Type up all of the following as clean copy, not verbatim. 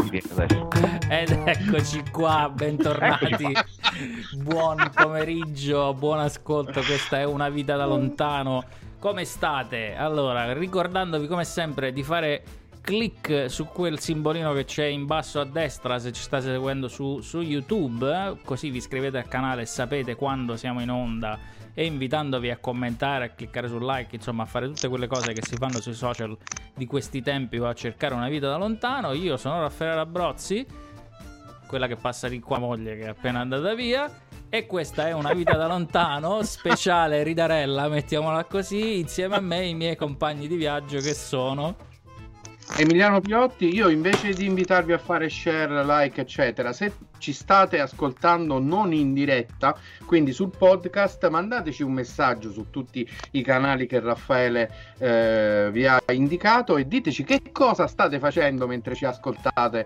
si viene adesso. Ed eccoci qua, bentornati. Buon pomeriggio, buon ascolto. Questa è Una vita da lontano. Come state? Allora, ricordandovi come sempre di fare click su quel simbolino che c'è in basso a destra se ci state seguendo su YouTube, così vi iscrivete al canale e sapete quando siamo in onda, e invitandovi a commentare, a cliccare sul like, insomma a fare tutte quelle cose che si fanno sui social di questi tempi o a cercare una vita da lontano. Io sono Raffaele Abrozzi, quella che passa di qua moglie che è appena andata via, e questa è Una vita da lontano speciale ridarella, mettiamola così, insieme a me i miei compagni di viaggio che sono Emiliano Piotti. Io invece di invitarvi a fare share, like eccetera, se ci state ascoltando non in diretta, quindi sul podcast, mandateci un messaggio su tutti i canali che Raffaele vi ha indicato e diteci che cosa state facendo mentre ci ascoltate,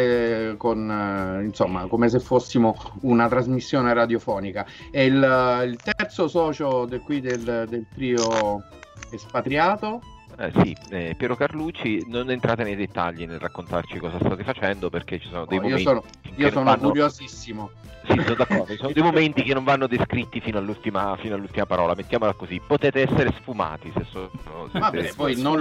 insomma come se fossimo una trasmissione radiofonica. E il terzo socio del trio espatriato, Sì, Piero Carlucci, non entrate nei dettagli nel raccontarci cosa state facendo, perché ci sono dei momenti io sono curiosissimo. Sì, sono d'accordo, ci sono dei momenti che non vanno descritti fino all'ultima parola, mettiamola così. Potete essere sfumati Vabbè, poi non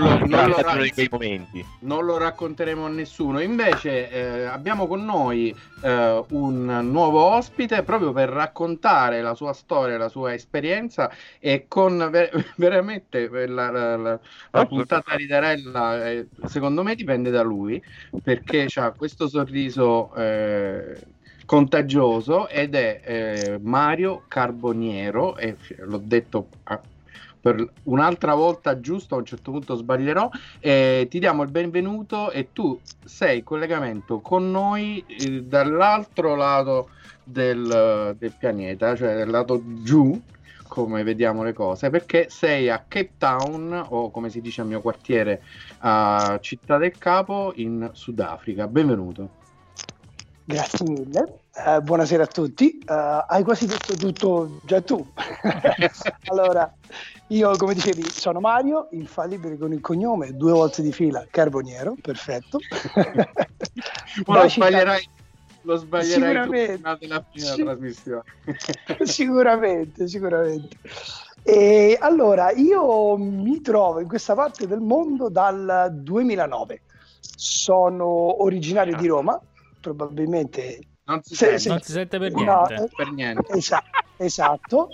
lo racconteremo a nessuno. Invece abbiamo con noi un nuovo ospite proprio per raccontare la sua storia, la sua esperienza, e con veramente la puntata di Darella secondo me dipende da lui, perché ha questo sorriso contagioso, ed è Mario Carboniero, e l'ho detto per un'altra volta giusto, a un certo punto sbaglierò. Ti diamo il benvenuto, e tu sei in collegamento con noi dall'altro lato del pianeta, cioè del lato giù, come vediamo le cose, perché sei a Cape Town, o come si dice al mio quartiere a Città del Capo, in Sudafrica. Benvenuto. Grazie mille, buonasera a tutti. Hai quasi detto tutto già tu. Allora, io come dicevi sono Mario, infallibile con il cognome, 2 volte di fila Carboniero, perfetto. Lo sbaglierai sicuramente nella prima trasmissione. Sicuramente. E allora, io mi trovo in questa parte del mondo dal 2009. Sono originario di Roma. Probabilmente non si sente per niente. No, per niente. Esatto.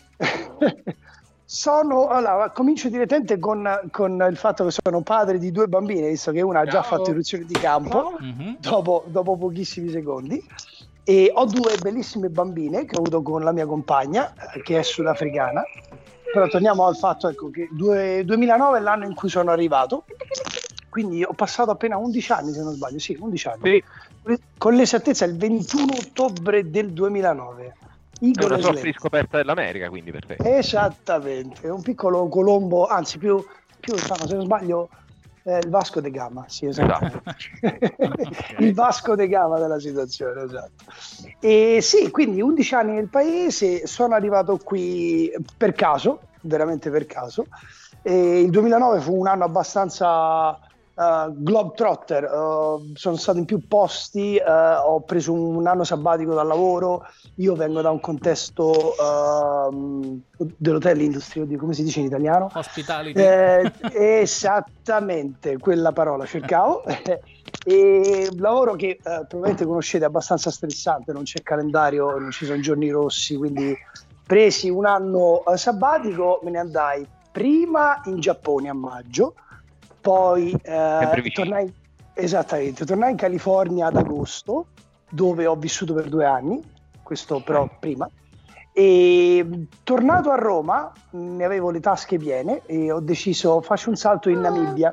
Allora, comincio direttamente con il fatto che sono padre di 2 bambine, visto che una ha già fatto irruzione di campo dopo pochissimi secondi, e ho 2 bellissime bambine che ho avuto con la mia compagna, che è sudafricana. Però torniamo al fatto, ecco, che 2009 è l'anno in cui sono arrivato, quindi ho passato appena 11 anni, se non sbaglio, sì, 11 anni. Sì. Con l'esattezza il 21 ottobre del 2009. È una sorta di scoperta dell'America, quindi, per te. Esattamente, un piccolo Colombo, anzi più se non sbaglio il Vasco da Gama, sì, esatto. Il Vasco da Gama della situazione, esatto. E sì, quindi 11 anni nel paese, sono arrivato qui per caso, veramente per caso. E il 2009 fu un anno abbastanza globetrotter, sono stato in più posti, ho preso un anno sabbatico dal lavoro. Io vengo da un contesto dell'hotel industry, come si dice in italiano? Hospitality. Esattamente, quella parola cercavo. E un lavoro che probabilmente conoscete, abbastanza stressante, non c'è calendario, non ci sono giorni rossi, quindi presi un anno sabbatico, me ne andai prima in Giappone a maggio, poi tornai in California ad agosto, dove ho vissuto per 2 anni, questo però prima, e tornato a Roma ne avevo le tasche piene e ho deciso faccio un salto in Namibia.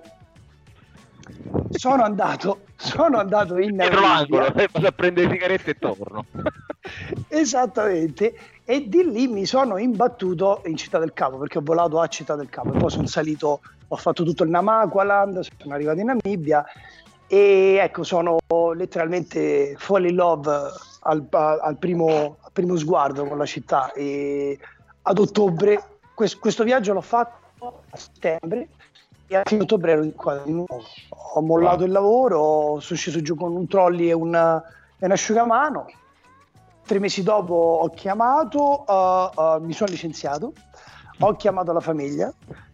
Sono andato in Namibia, vado a prendere sigarette e torno. Esattamente, e di lì mi sono imbattuto in Città del Capo, perché ho volato a Città del Capo e poi sono salito, ho fatto tutto il Namaqualand, sono arrivato in Namibia e ecco, sono letteralmente fall in love al primo sguardo con la città. E ad ottobre questo viaggio l'ho fatto a settembre a fine ottobre ero qua di nuovo. Ho mollato il lavoro, sono sceso giù con un trolley e un asciugamano. 3 mesi dopo ho chiamato, mi sono licenziato, ho chiamato la famiglia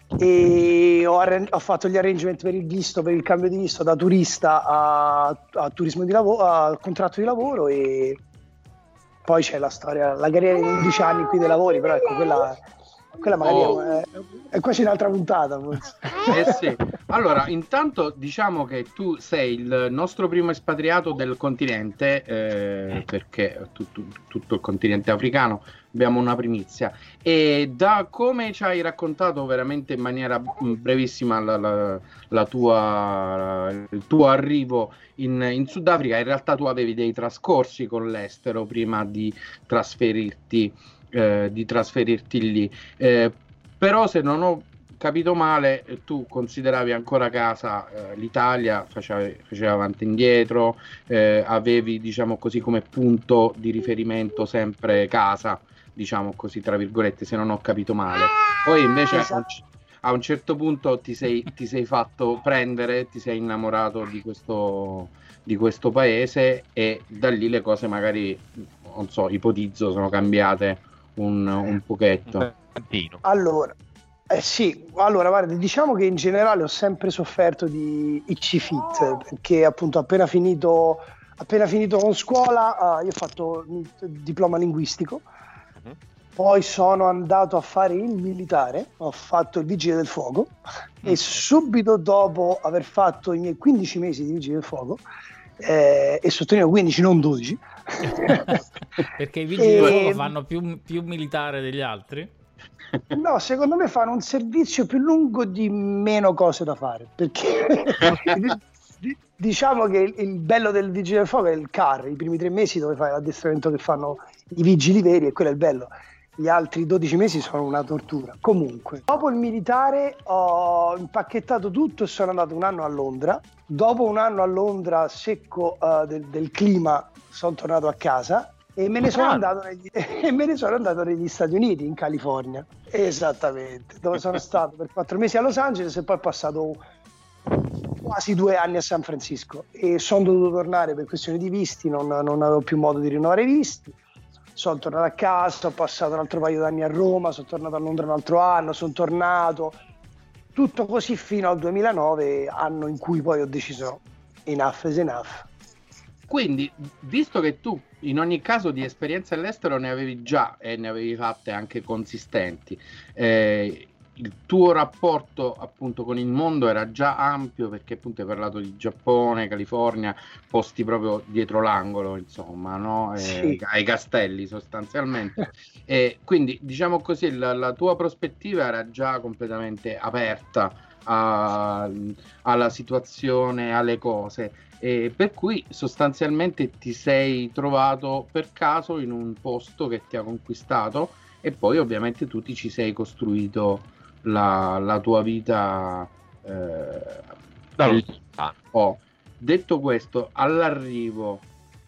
e ho fatto gli arrangement per il visto, per il cambio di visto da turista a turismo di lavoro, a contratto di lavoro, e poi c'è la storia, la carriera in 11 anni qui dei lavori, però ecco, quella magari è quasi un'altra puntata forse. Sì. Allora, intanto diciamo che tu sei il nostro primo espatriato del continente, perché tutto il continente africano abbiamo una primizia, e da come ci hai raccontato veramente in maniera brevissima il tuo arrivo in Sudafrica, in realtà tu avevi dei trascorsi con l'estero prima di trasferirti lì, però se non ho capito male tu consideravi ancora casa l'Italia, facevi avanti e indietro, avevi, diciamo così, come punto di riferimento sempre casa, diciamo così, tra virgolette, se non ho capito male. Poi invece a un certo punto ti sei fatto prendere, ti sei innamorato di questo paese, e da lì le cose magari, non so, ipotizzo, sono cambiate un pochetto. Allora, guarda, diciamo che in generale ho sempre sofferto di itchy feet, perché appunto appena finito con scuola, io ho fatto il diploma linguistico, poi sono andato a fare il militare, ho fatto il vigile del fuoco, e subito dopo aver fatto i miei 15 mesi di vigile del fuoco, e sottolineo 15, non 12, perché i vigili del fuoco fanno più militare degli altri? No, secondo me fanno un servizio più lungo di meno cose da fare, perché diciamo che il bello del vigile del fuoco è il CAR, i primi 3 mesi dove fai l'addestramento che fanno i vigili veri, e quello è il bello. Gli altri 12 mesi sono una tortura. Comunque, dopo il militare ho impacchettato tutto e sono andato 1 anno a Londra. Dopo 1 anno a Londra secco del clima, sono tornato a casa e me ne sono andato negli Stati Uniti, in California. Esattamente, dove sono stato per 4 mesi a Los Angeles e poi ho passato quasi 2 anni a San Francisco, e sono dovuto tornare per questioni di visti, non avevo più modo di rinnovare i visti. Sono tornato a casa, ho passato un altro paio d'anni a Roma, sono tornato a Londra un altro anno, sono tornato, tutto così fino al 2009, anno in cui poi ho deciso enough is enough. Quindi, visto che tu in ogni caso di esperienze all'estero ne avevi già, e ne avevi fatte anche consistenti, il tuo rapporto appunto con il mondo era già ampio, perché appunto hai parlato di Giappone, California, posti proprio dietro l'angolo, insomma, no? Sì. Ai castelli sostanzialmente. E quindi, diciamo così, la tua prospettiva era già completamente aperta alla situazione, alle cose, e per cui sostanzialmente ti sei trovato per caso in un posto che ti ha conquistato, e poi ovviamente tu ti ci sei costruito la tua vita. Detto questo, all'arrivo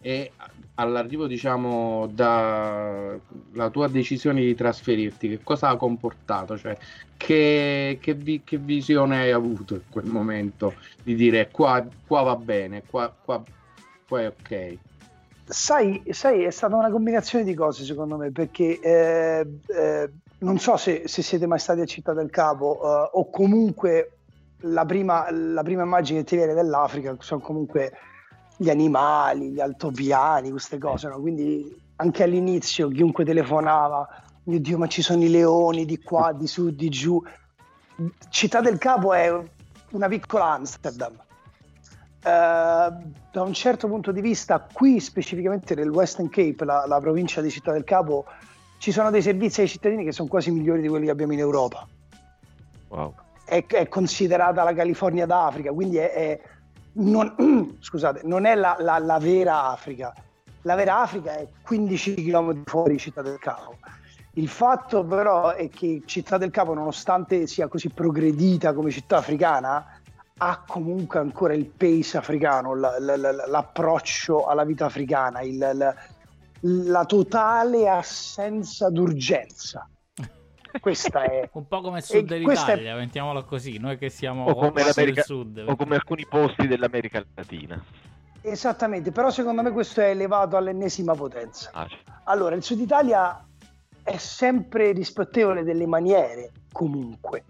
diciamo la tua decisione di trasferirti, che cosa ha comportato? Cioè, che visione hai avuto in quel momento di dire qua va bene, qua è ok? Sai, è stata una combinazione di cose, secondo me, perché non so se siete mai stati a Città del Capo, o comunque la prima immagine che ti viene dell'Africa sono comunque gli animali, gli altopiani, queste cose, no? Quindi anche all'inizio chiunque telefonava, mio Dio, ma ci sono i leoni di qua, di su, di giù. Città del Capo è una piccola Amsterdam. Da un certo punto di vista, qui specificamente nel Western Cape, la provincia di Città del Capo, ci sono dei servizi ai cittadini che sono quasi migliori di quelli che abbiamo in Europa. Wow. È considerata la California d'Africa, quindi non è la vera Africa. La vera Africa è 15 km fuori Città del Capo. Il fatto però è che Città del Capo, nonostante sia così progredita come città africana, ha comunque ancora il pace africano, l'approccio alla vita africana, la totale assenza d'urgenza. Questa è un po' come il sud dell'Italia, mettiamolo così, noi che siamo o come del sud, o come alcuni posti dell'America Latina. Esattamente, però secondo me questo è elevato all'ennesima potenza. Allora, il Sud Italia è sempre rispettevole delle maniere, comunque.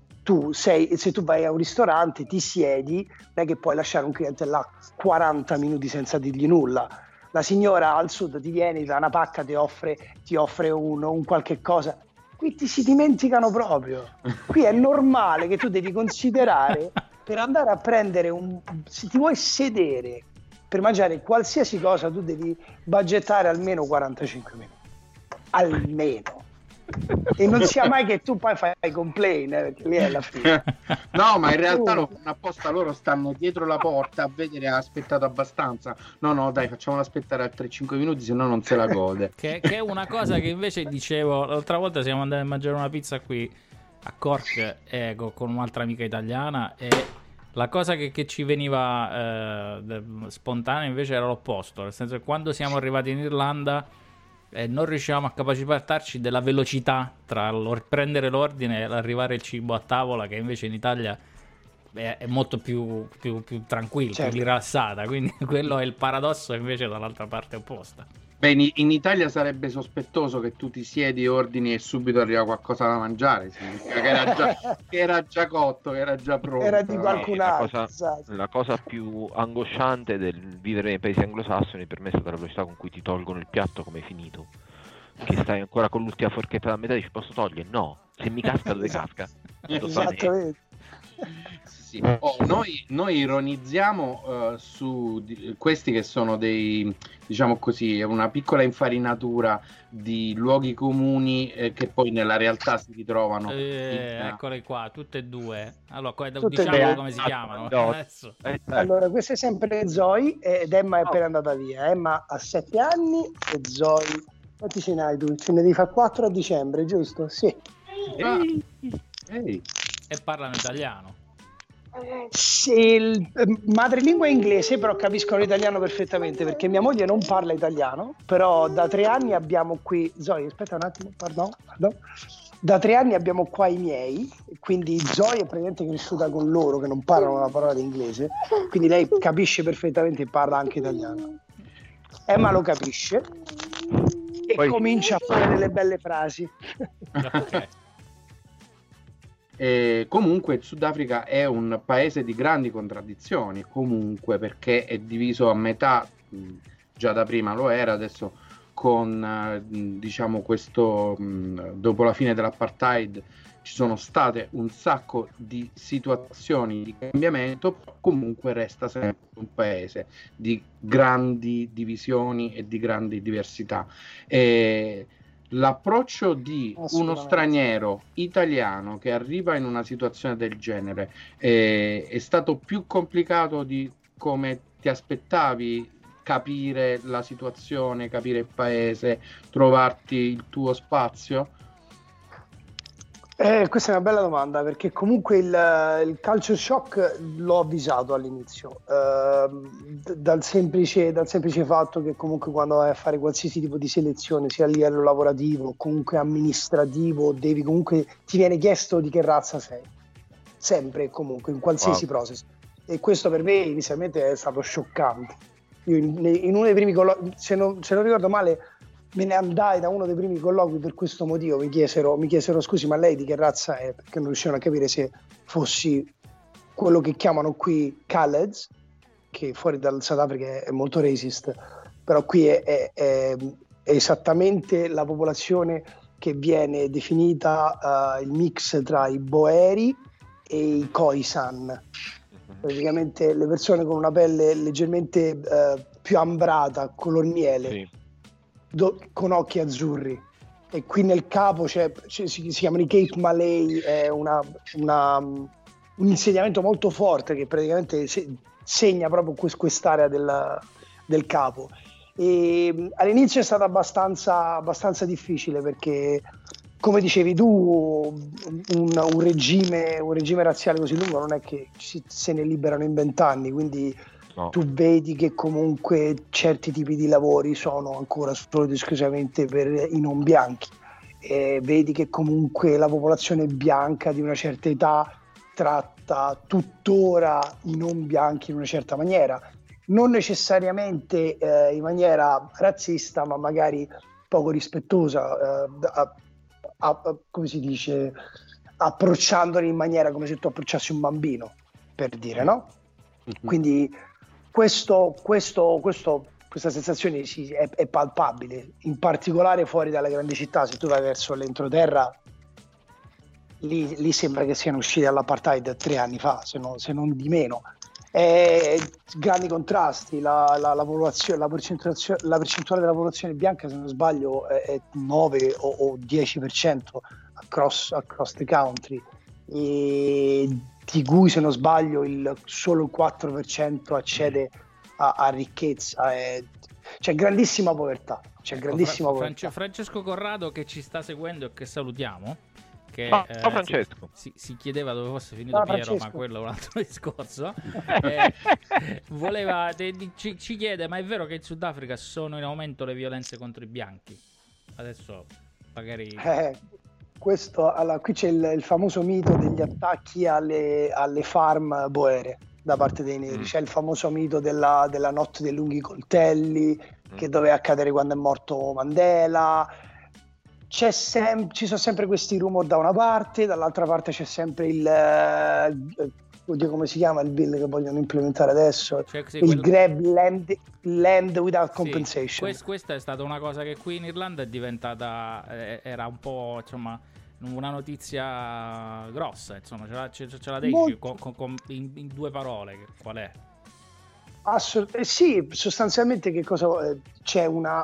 Se tu vai a un ristorante, ti siedi, non è che puoi lasciare un cliente là 40 minuti senza dirgli nulla. La signora al sud ti viene, ti dà una pacca, ti offre un qualche cosa. Qui ti si dimenticano proprio. Qui è normale che tu devi considerare, per andare a prendere se ti vuoi sedere per mangiare qualsiasi cosa, tu devi budgettare almeno 45 minuti. Almeno. E non sia mai che tu poi fai complain, perché lì è la fine. No, ma in realtà lo fanno apposta, loro stanno dietro la porta a vedere, ha aspettato abbastanza. No, dai, facciamolo aspettare altri 5 minuti, se no non se la gode. che è una cosa che invece dicevo l'altra volta, siamo andati a mangiare una pizza qui a Cork con un'altra amica italiana, e la cosa che ci veniva spontanea invece era l'opposto, nel senso che quando siamo arrivati in Irlanda non riuscivamo a capacitarci della velocità tra prendere l'ordine e arrivare il cibo a tavola, che invece in Italia è molto più tranquillo, certo, più rilassata, quindi quello è il paradosso invece dall'altra parte opposta. Beh, in Italia sarebbe sospettoso che tu ti siedi, ordini e subito arriva qualcosa da mangiare, significa che era già cotto, che era già pronto. Era di qualcun altro. La cosa più angosciante del vivere nei paesi anglosassoni per me è stata la velocità con cui ti tolgono il piatto come è finito. Che stai ancora con l'ultima forchetta da metà e dici posso togliere? No, se mi casca dove casca. Esattamente. Sì. Noi ironizziamo su questi che sono dei, diciamo così, una piccola infarinatura di luoghi comuni che poi nella realtà si ritrovano. Eccole qua, tutte e due. Allora, tutte diciamo come si chiamano. Adesso. Allora, questa è sempre Zoe ed Emma è appena andata via. Emma ha 7 anni e Zoe, quanti ce ne hai tu? Ce ne devi fare 4 a dicembre, giusto? Sì. Ehi. E parlano italiano. Sì, madrelingua è inglese, però capiscono l'italiano perfettamente perché mia moglie non parla italiano, però da 3 anni abbiamo qui Zoe, aspetta un attimo, pardon. Da 3 anni abbiamo qua i miei, quindi Zoe è praticamente cresciuta con loro che non parlano una parola di inglese, quindi lei capisce perfettamente e parla anche italiano. Emma lo capisce e poi comincia a fare delle belle frasi. Okay. Comunque il Sudafrica è un paese di grandi contraddizioni, comunque, perché è diviso a metà, già da prima lo era, adesso con diciamo questo dopo la fine dell'apartheid ci sono state un sacco di situazioni di cambiamento, comunque resta sempre un paese di grandi divisioni e di grandi diversità. L'approccio di uno straniero italiano che arriva in una situazione del genere è stato più complicato di come ti aspettavi? Capire la situazione, capire il paese, trovarti il tuo spazio? Questa è una bella domanda, perché comunque il culture shock l'ho avvisato all'inizio, dal semplice fatto che comunque quando vai a fare qualsiasi tipo di selezione, sia a livello lavorativo o comunque amministrativo, ti viene chiesto di che razza sei, sempre e comunque, in qualsiasi process. E questo per me inizialmente è stato scioccante. Io in uno dei primi colloqui, se non ricordo male, me ne andai da uno dei primi colloqui per questo motivo. Mi chiesero scusi, ma lei di che razza è? Perché non riuscivano a capire se fossi quello che chiamano qui Khaleds, che fuori dal South Africa è molto racist, però qui è esattamente la popolazione che viene definita il mix tra i Boeri e i Khoisan, praticamente le persone con una pelle leggermente più ambrata, color miele, sì, con occhi azzurri, e qui nel capo si chiamano i Cape Malay, è un insediamento molto forte che praticamente segna proprio quest'area del capo. E all'inizio è stato abbastanza difficile perché, come dicevi tu, un regime razziale così lungo non è che se ne liberano in 20 anni, quindi no. Tu vedi che comunque certi tipi di lavori sono ancora solo ed esclusivamente per i non bianchi, vedi che comunque la popolazione bianca di una certa età tratta tuttora i non bianchi in una certa maniera, non necessariamente in maniera razzista, ma magari poco rispettosa, come si dice, approcciandoli in maniera come se tu approcciassi un bambino, per dire, no? Quindi questa sensazione è palpabile, in particolare fuori dalle grandi città. Se tu vai verso l'entroterra, lì sembra che siano usciti dall'apartheid 3 anni fa, se non di meno. Grandi contrasti, la percentuale della popolazione bianca, se non sbaglio, è 9 o 10% across the country, e di cui, se non sbaglio, solo il 4% accede a ricchezza. C'è grandissima povertà. Francesco Corrado, che ci sta seguendo e che salutiamo, che Francesco si chiedeva dove fosse finito Piero, Francesco. Ma quello è un altro discorso. Ci chiede: ma è vero che in Sudafrica sono in aumento le violenze contro i bianchi? Adesso magari qui c'è il famoso mito degli attacchi alle farm boere da parte dei neri. C'è il famoso mito della notte dei lunghi coltelli che doveva accadere quando è morto Mandela. Ci sono sempre questi rumor da una parte, dall'altra parte c'è sempre oddio, come si chiama il bill che vogliono implementare adesso? Grab land without compensation. Questa è stata una cosa che qui in Irlanda è diventata, era un po', insomma, una notizia grossa, insomma. Ce la dici in 2 parole qual è? Sì, sostanzialmente che cosa c'è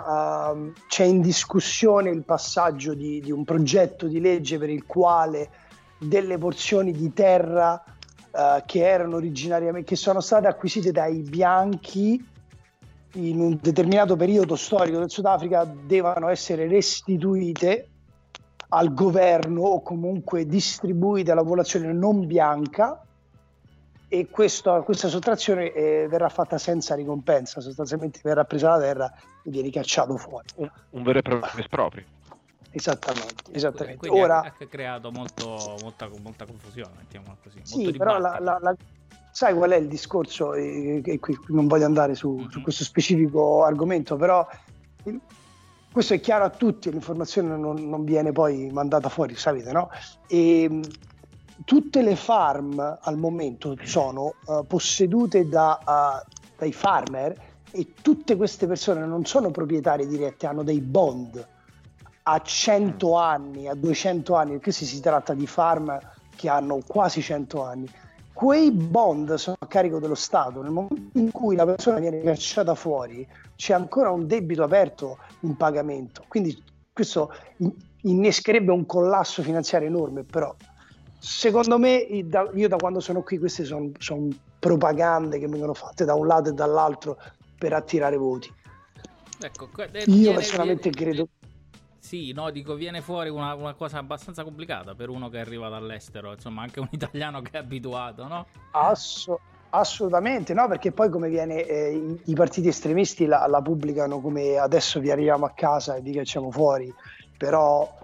in discussione il passaggio di un progetto di legge per il quale delle porzioni di terra che erano originariamente, che sono state acquisite dai bianchi in un determinato periodo storico del Sudafrica, devono essere restituite al governo o comunque distribuite alla popolazione non bianca, e questa sottrazione verrà fatta senza ricompensa. Sostanzialmente verrà presa la terra e viene cacciato fuori. Un vero e proprio esproprio. Esattamente. Quindi Ora ha creato molta confusione, mettiamola così. Sì, però sai qual è il discorso? E qui non voglio andare su questo specifico argomento, però questo è chiaro a tutti, l'informazione non viene poi mandata fuori, sapete, no? E tutte le farm al momento sono possedute dai farmer, e tutte queste persone non sono proprietarie dirette, hanno dei bond a 100 anni, a 200 anni, perché si tratta di farm che hanno quasi 100 anni. Quei bond sono a carico dello Stato. Nel momento in cui la persona viene cacciata fuori, c'è ancora un debito aperto in pagamento, quindi questo innescherebbe un collasso finanziario enorme. Però secondo me, io da quando sono qui, queste sono propagande che vengono fatte da un lato e dall'altro per attirare voti. Ecco, io personalmente credo. Sì, no, dico, viene fuori una cosa abbastanza complicata per uno che arriva dall'estero, insomma, anche un italiano che è abituato, no? Assolutamente, no, perché poi come viene i partiti estremisti la pubblicano come: adesso vi arriviamo a casa e vi cacciamo fuori, però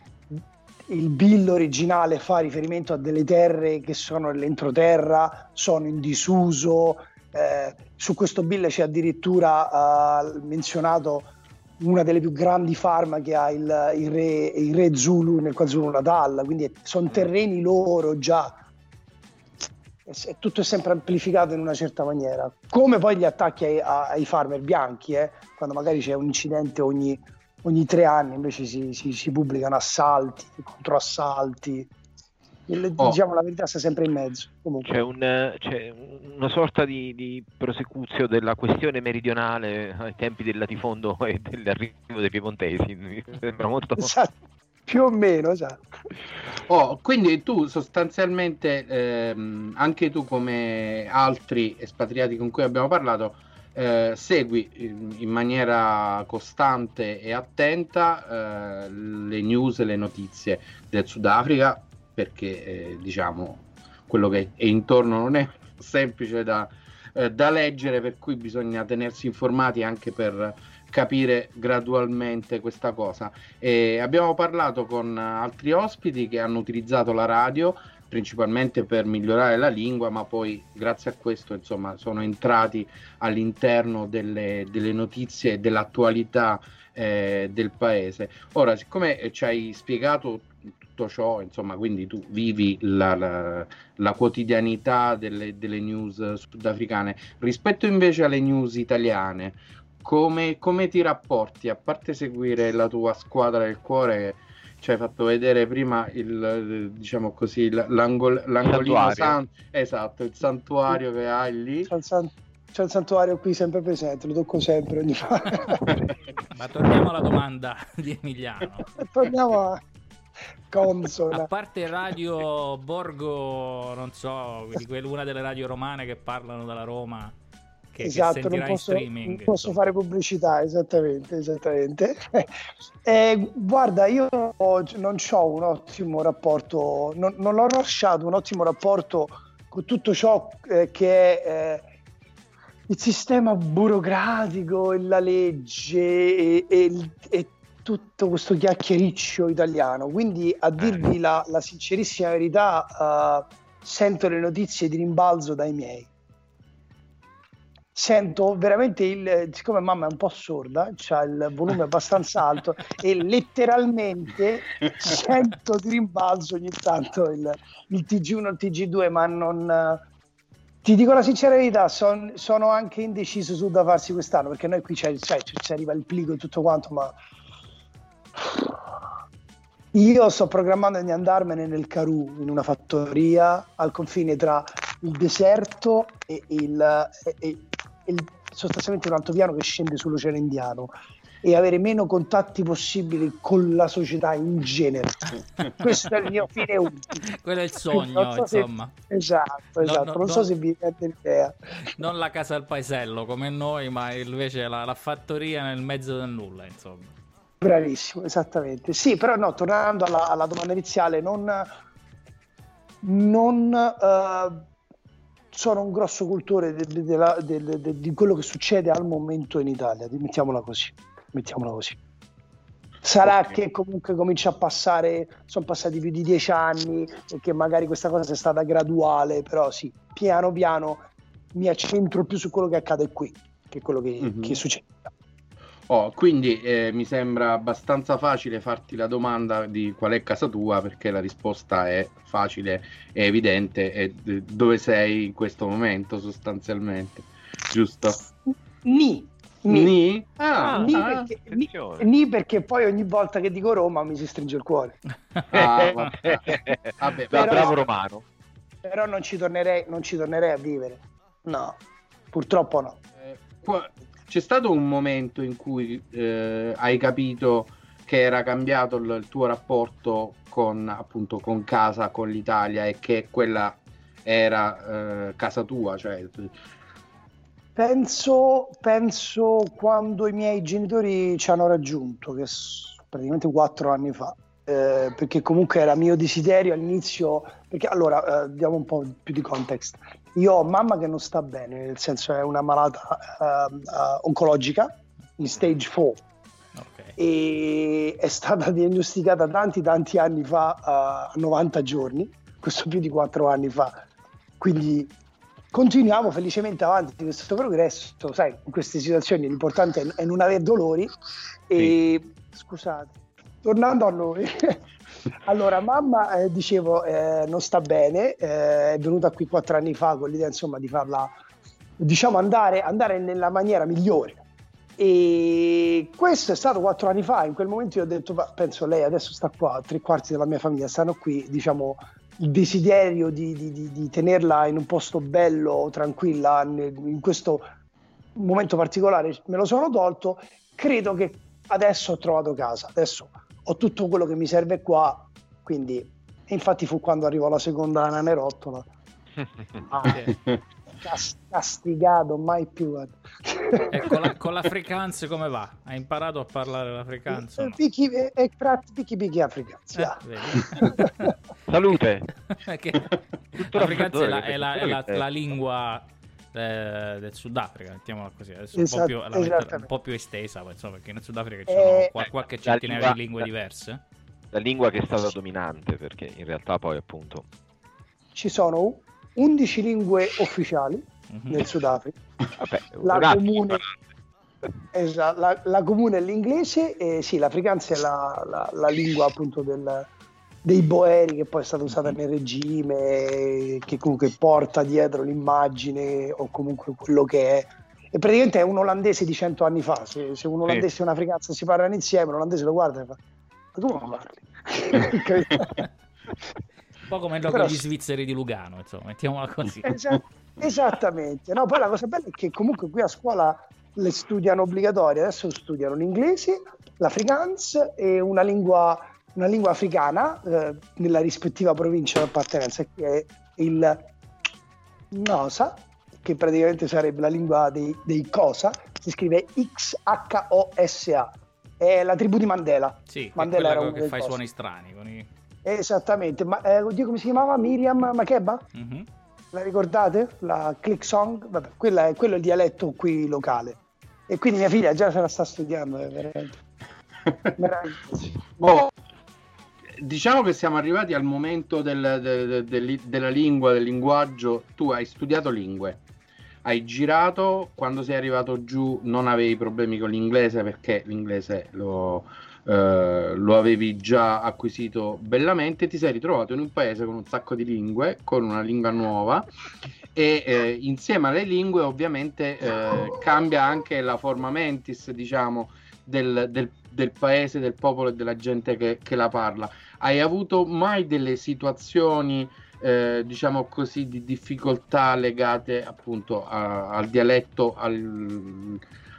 il bill originale fa riferimento a delle terre che sono nell'entroterra, sono in disuso. Su questo bill c'è addirittura menzionato una delle più grandi farm che ha il re Zulu nel KwaZulu Natal, quindi sono terreni loro già. Tutto è sempre amplificato in una certa maniera, come poi gli attacchi ai farmer bianchi, quando magari c'è un incidente ogni 3 anni, invece si pubblicano assalti, controassalti. Diciamo, la verità sta sempre in mezzo. Comunque. C'è una sorta di prosecuzione della questione meridionale ai tempi del latifondo e dell'arrivo dei piemontesi. Mi sembra molto. Esatto, più o meno, esatto. Quindi tu sostanzialmente, anche tu come altri espatriati con cui abbiamo parlato, segui in maniera costante e attenta le news e le notizie del Sudafrica, perché diciamo quello che è intorno non è semplice da da leggere, per cui bisogna tenersi informati anche per capire gradualmente questa cosa. E abbiamo parlato con altri ospiti che hanno utilizzato la radio principalmente per migliorare la lingua, ma poi grazie a questo insomma sono entrati all'interno delle notizie e dell'attualità del paese. Ora, siccome ci hai spiegato tutto ciò, insomma, quindi tu vivi la quotidianità delle news sudafricane, rispetto invece alle news italiane, come ti rapporti, a parte seguire la tua squadra del cuore? Ci hai fatto vedere prima diciamo così, l'angolino esatto, il santuario che hai lì. C'è il santuario qui sempre presente, lo tocco sempre ogni volta. Ma torniamo alla domanda di Emiliano. Torniamo a Consola. A parte Radio Borgo, non so, una delle radio romane che parlano dalla Roma, che sentirà in streaming. Non posso fare pubblicità, esattamente. Guarda, io non ho un ottimo rapporto, non ho lasciato un ottimo rapporto con tutto ciò che è il sistema burocratico e la legge e tutto questo chiacchiericcio italiano. Quindi, a dirvi la sincerissima verità, sento le notizie di rimbalzo dai miei. Sento veramente siccome mamma è un po' sorda, c'ha il volume abbastanza alto e letteralmente sento di rimbalzo ogni tanto il TG1, il TG2, ma non... Ti dico la sincera verità, sono anche indeciso su da farsi quest'anno, perché noi qui ci arriva il plico e tutto quanto, ma io sto programmando di andarmene nel Karoo, in una fattoria al confine tra il deserto e sostanzialmente un altopiano che scende sull'Oceano Indiano, e avere meno contatti possibili con la società in genere. Questo è il mio fine ultimo. Quello è il sogno, insomma. Esatto. Non so se vi rende l'idea. Non la casa al paesello come noi, ma invece la fattoria nel mezzo del nulla, insomma. Bravissimo, esattamente. Sì, però no, tornando alla domanda iniziale, sono un grosso cultore di quello che succede al momento in Italia, mettiamola così. Sarà che comunque comincia a passare, sono passati più di 10 anni e che magari questa cosa sia stata graduale, però sì, piano piano mi accentro più su quello che accade qui, che quello che succede. Quindi mi sembra abbastanza facile farti la domanda di qual è casa tua, perché la risposta è facile, è evidente, è dove sei in questo momento sostanzialmente, giusto? Ni? Perché poi ogni volta che dico Roma mi si stringe il cuore. Vabbè, bravo romano. Però non ci tornerei a vivere. No, purtroppo no. C'è stato un momento in cui hai capito che era cambiato il tuo rapporto con casa, con l'Italia, e che quella era casa tua, cioè... Penso quando i miei genitori ci hanno raggiunto, che praticamente 4 anni fa, perché comunque era mio desiderio all'inizio, perché allora diamo un po' più di context. Io ho mamma che non sta bene, nel senso è una malata oncologica in stage 4, e è stata diagnosticata tanti anni fa, a 90 giorni, questo più di 4 anni fa, quindi continuiamo felicemente avanti di questo progresso. Sai, in queste situazioni l'importante è non avere dolori. E scusate, tornando a noi, allora mamma, dicevo, non sta bene, è venuta qui 4 anni fa con l'idea, insomma, di farla, diciamo, andare nella maniera migliore, e questo è stato 4 anni fa. In quel momento io ho detto, penso, lei adesso sta qua, 3/4 della mia famiglia stanno qui, diciamo, il desiderio di tenerla in un posto bello, tranquilla, in questo momento particolare me lo sono tolto. Credo che adesso ho trovato casa, adesso ho tutto quello che mi serve qua, quindi infatti fu quando arrivò la seconda nanerottola. Castigato, mai più. E con l'afrikaans come va? Hai imparato a parlare l'afrikaans? Picchi afrikaans. Salute. L'afrikaans è la lingua del Sudafrica, mettiamola così, adesso un po' più estesa, insomma, perché nel Sudafrica ci sono qualche centinaio di lingue diverse. La lingua che è stata dominante, perché in realtà poi appunto ci sono 11 lingue ufficiali nel Sudafrica. Vabbè, la comune è l'inglese e sì, l'afrikaans è la lingua appunto dei boeri, che poi è stata usata nel regime, che comunque porta dietro l'immagine o comunque quello che è. E praticamente è un olandese di 100 anni fa. Se un olandese e un afrikaans si parlano insieme, l'olandese lo guarda e fa: ma tu non parli? Un po' come con gli svizzeri di Lugano, insomma, mettiamola così. Esattamente. No, poi la cosa bella è che comunque qui a scuola le studiano obbligatorie. Adesso studiano l'inglese, l'afrikaans e una lingua africana nella rispettiva provincia di appartenenza, che è il Xhosa, che praticamente sarebbe la lingua dei Xhosa, si scrive Xhosa, è la tribù di Mandela. Sì, Mandela era uno che fa i suoni strani. Esattamente, ma oddio, come si chiamava? Miriam Makeba? Mm-hmm. La ricordate? La click song? Vabbè, quello è il dialetto qui locale. E quindi mia figlia già se la sta studiando, veramente. Diciamo che siamo arrivati al momento della lingua, del linguaggio. Tu hai studiato lingue, hai girato, quando sei arrivato giù non avevi problemi con l'inglese, perché l'inglese lo avevi già acquisito bellamente. Ti sei ritrovato in un paese con un sacco di lingue, con una lingua nuova e insieme alle lingue ovviamente cambia anche la forma mentis, diciamo, del paese, del popolo e della gente che la parla. Hai avuto mai delle situazioni diciamo così di difficoltà legate appunto al dialetto, al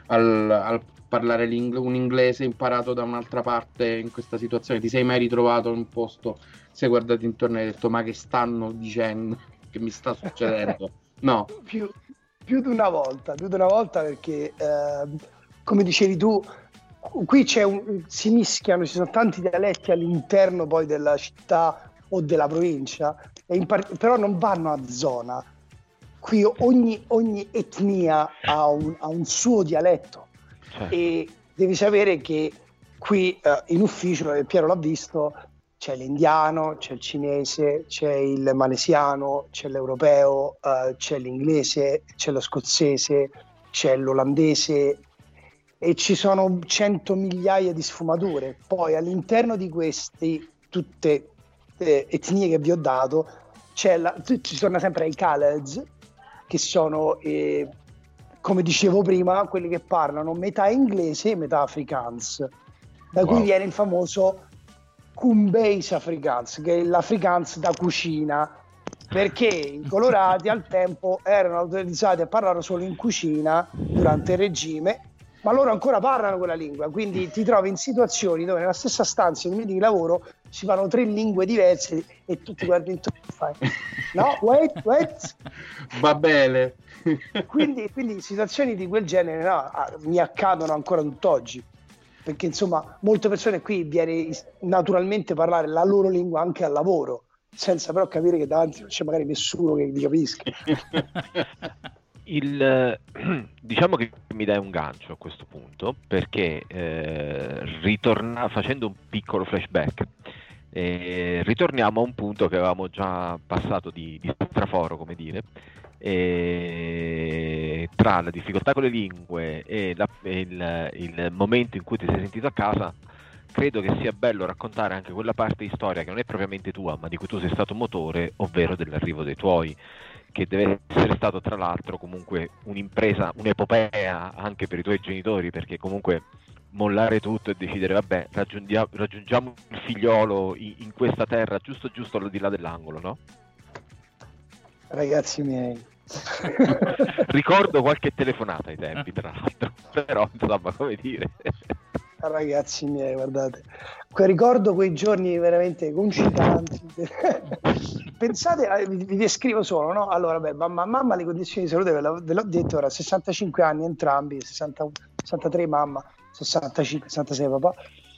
parlare un inglese imparato da un'altra parte? In questa situazione ti sei mai ritrovato in un posto, sei guardato intorno e hai detto: ma che stanno dicendo, che mi sta succedendo? No, più di una volta, perché come dicevi tu, qui si mischiano, ci sono tanti dialetti all'interno poi della città o della provincia, però non vanno a zona. Qui ogni etnia ha un suo dialetto. E devi sapere che qui in ufficio, e Piero l'ha visto, c'è l'indiano, c'è il cinese, c'è il malesiano, c'è l'europeo, c'è l'inglese, c'è lo scozzese, c'è l'olandese, e ci sono 100 migliaia di sfumature. Poi all'interno di questi, tutte etnie che vi ho dato, ci sono sempre i Khaleds, che sono come dicevo prima, quelli che parlano metà inglese e metà afrikaans, da cui viene il famoso Kumbase afrikaans, che è l'afrikaans da cucina, perché i colorati al tempo erano autorizzati a parlare solo in cucina durante il regime, ma loro ancora parlano quella lingua, quindi ti trovi in situazioni dove nella stessa stanza di lavoro si parlano 3 lingue diverse e tu ti guardi intorno e fai: no, wait, va bene. Quindi situazioni di quel genere mi accadono ancora tutt'oggi, perché insomma molte persone qui viene naturalmente parlare la loro lingua anche al lavoro, senza però capire che davanti non c'è magari nessuno che li capisca. Diciamo che mi dai un gancio a questo punto, perché facendo un piccolo flashback, ritorniamo a un punto che avevamo già passato di straforo, come dire, tra la difficoltà con le lingue e il momento in cui ti sei sentito a casa. Credo che sia bello raccontare anche quella parte di storia che non è propriamente tua, ma di cui tu sei stato motore, ovvero dell'arrivo dei tuoi, che deve essere stato tra l'altro comunque un'impresa, un'epopea anche per i tuoi genitori, perché comunque mollare tutto e decidere vabbè, raggiungiamo il figliolo in questa terra giusto al di là dell'angolo, no? Ragazzi miei, ricordo qualche telefonata ai tempi, tra l'altro, però insomma, come dire, ragazzi miei, guardate, ricordo quei giorni veramente concitanti. Pensate, vi descrivo solo, no? Allora, mamma le condizioni di salute ve l'ho detto, ora 65 anni entrambi, 63 mamma, 65, 66 papà,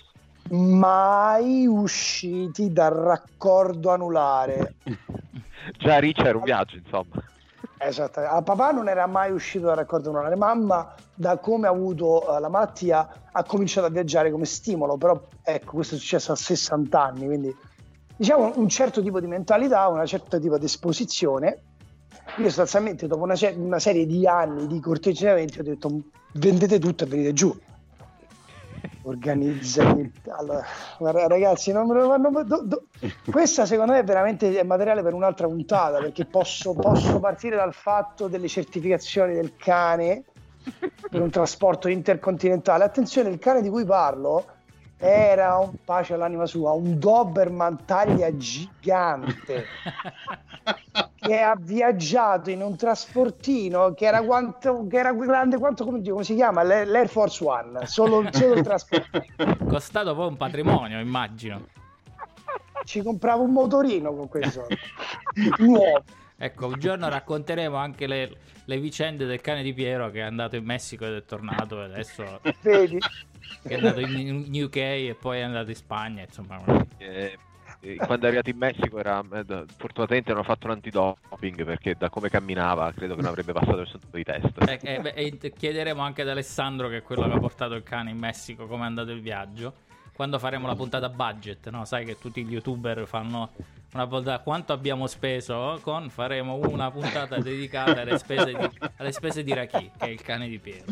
mai usciti dal raccordo anulare. Già Riccia era un viaggio, insomma. Esatto, a papà non era mai uscito dal raccordo neurale, mamma da come ha avuto la malattia ha cominciato a viaggiare come stimolo, però ecco, questo è successo a 60 anni, quindi diciamo un certo tipo di mentalità, una certa tipo di esposizione. Io sostanzialmente dopo una serie di anni di corteggiamenti ho detto vendete tutto e venite giù. Organizzati. Allora, ragazzi, questa secondo me è veramente materiale per un'altra puntata, perché posso partire dal fatto delle certificazioni del cane per un trasporto intercontinentale. Attenzione, il cane di cui parlo era, un pace all'anima sua, un Doberman taglia gigante che ha viaggiato in un trasportino che era grande quanto, come si chiama? L'Air Force One, solo il trasportino. Costato poi un patrimonio, immagino. Ci compravo un motorino con quei soldi nuovo. Ecco, un giorno racconteremo anche le vicende del cane di Piero che è andato in Messico ed è tornato, e adesso vedi? Che è andato in UK e poi è andato in Spagna, insomma. Quando è arrivato in Messico fortunatamente non ha fatto un antidoping, perché da come camminava credo che non avrebbe passato il punto di test. E chiederemo anche ad Alessandro, che è quello che ha portato il cane in Messico, come è andato il viaggio, quando faremo la puntata budget, no? Sai che tutti gli youtuber fanno una puntata quanto abbiamo speso, faremo una puntata dedicata alle spese di Raki, che è il cane di Piero.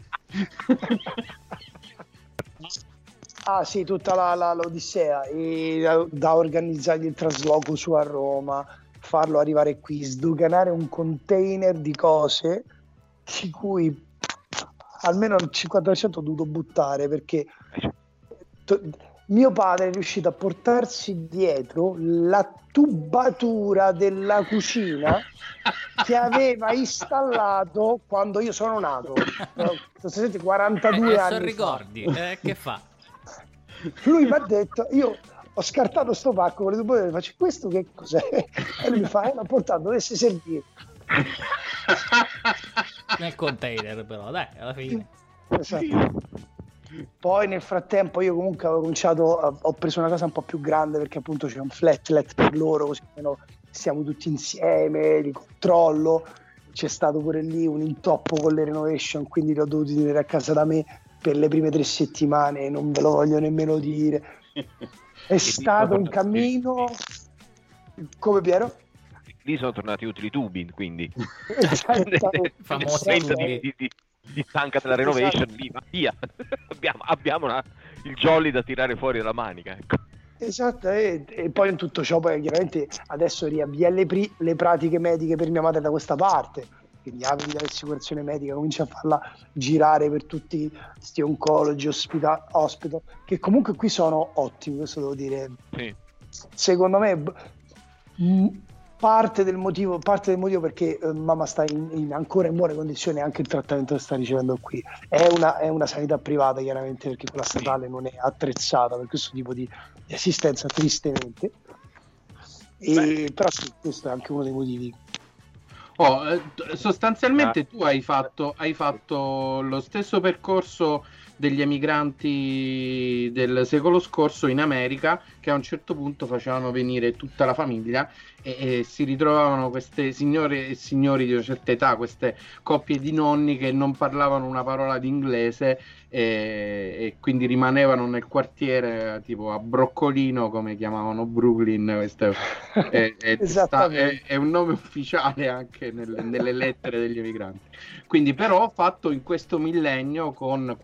Ah sì, tutta l'Odissea, e da organizzargli il trasloco su a Roma, farlo arrivare qui, sdoganare un container di cose di cui almeno il 50% ho dovuto buttare, perché mio padre è riuscito a portarsi dietro la tubatura della cucina che aveva installato quando io sono nato, 42 anni ricordi, che fa? Lui mi ha detto, io ho scartato sto pacco con le tue, faccio questo che cos'è? E lui mi fa, l'ho portato, dovesse servire nel container, però dai, alla fine. Esatto. Poi nel frattempo io comunque avevo cominciato, ho preso una casa un po' più grande, perché appunto c'è un flatlet per loro, così almeno stiamo tutti insieme, li controllo. C'è stato pure lì un intoppo con le renovation, quindi li ho dovuti tenere a casa da me per le prime 3 settimane, non ve lo voglio nemmeno dire. È stato un cammino. Come, Piero? Lì sono tornati utili i tubi, quindi famosi di stanca della renovation, esatto. Lì va via. abbiamo il jolly da tirare fuori dalla manica, ecco. Esatto, e poi in tutto ciò poi chiaramente adesso riavvia le pratiche mediche per mia madre da questa parte, quindi apri l'assicurazione medica, comincia a farla girare per tutti sti oncologi, hospital, che comunque qui sono ottimi, questo devo dire. Sì. Secondo me parte del motivo perché mamma sta ancora in buone condizioni, anche il trattamento che sta ricevendo qui è una sanità privata, chiaramente, perché quella statale non è attrezzata per questo tipo di assistenza, tristemente. Però sì, questo è anche uno dei motivi. Sostanzialmente tu hai fatto lo stesso percorso degli emigranti del secolo scorso in America, che a un certo punto facevano venire tutta la famiglia e si ritrovavano queste signore e signori di una certa età, queste coppie di nonni che non parlavano una parola di inglese e quindi rimanevano nel quartiere, tipo a Broccolino, come chiamavano Brooklyn. Questo è un nome ufficiale anche nelle lettere degli emigranti. Quindi però fatto in questo millennio con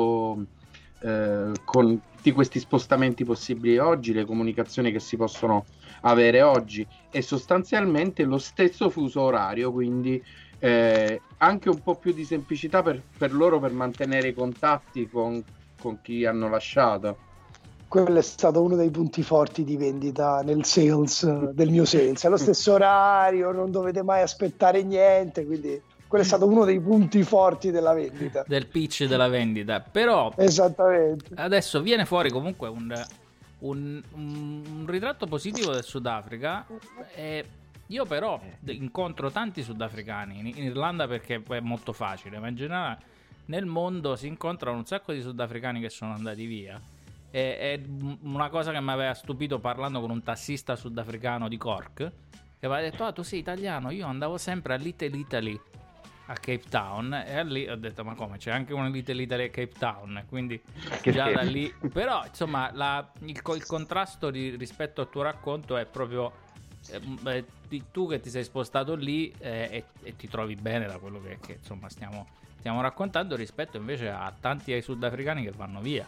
tutti questi spostamenti possibili oggi, le comunicazioni che si possono avere oggi, e sostanzialmente lo stesso fuso orario, quindi anche un po' più di semplicità per loro, per mantenere i contatti con chi hanno lasciato. Quello è stato uno dei punti forti di vendita nel sales, del mio sales, è lo stesso orario, non dovete mai aspettare niente, quindi quello è stato uno dei punti forti della vendita, del pitch della vendita. Però esattamente, adesso viene fuori comunque un ritratto positivo del Sudafrica. Io però incontro tanti sudafricani in Irlanda, perché è molto facile, ma in generale nel mondo si incontrano un sacco di sudafricani che sono andati via. È una cosa che mi aveva stupito parlando con un tassista sudafricano di Cork, che aveva detto: ah, tu sei italiano, io andavo sempre a Little Italy a Cape Town, e lì ho detto: ma come, c'è anche una Little Italy a Cape Town, quindi Che già da scherzo. lì. Però insomma il contrasto rispetto al tuo racconto è proprio tu che ti sei spostato lì e ti trovi bene da quello che insomma stiamo raccontando, rispetto invece a tanti sudafricani che vanno via.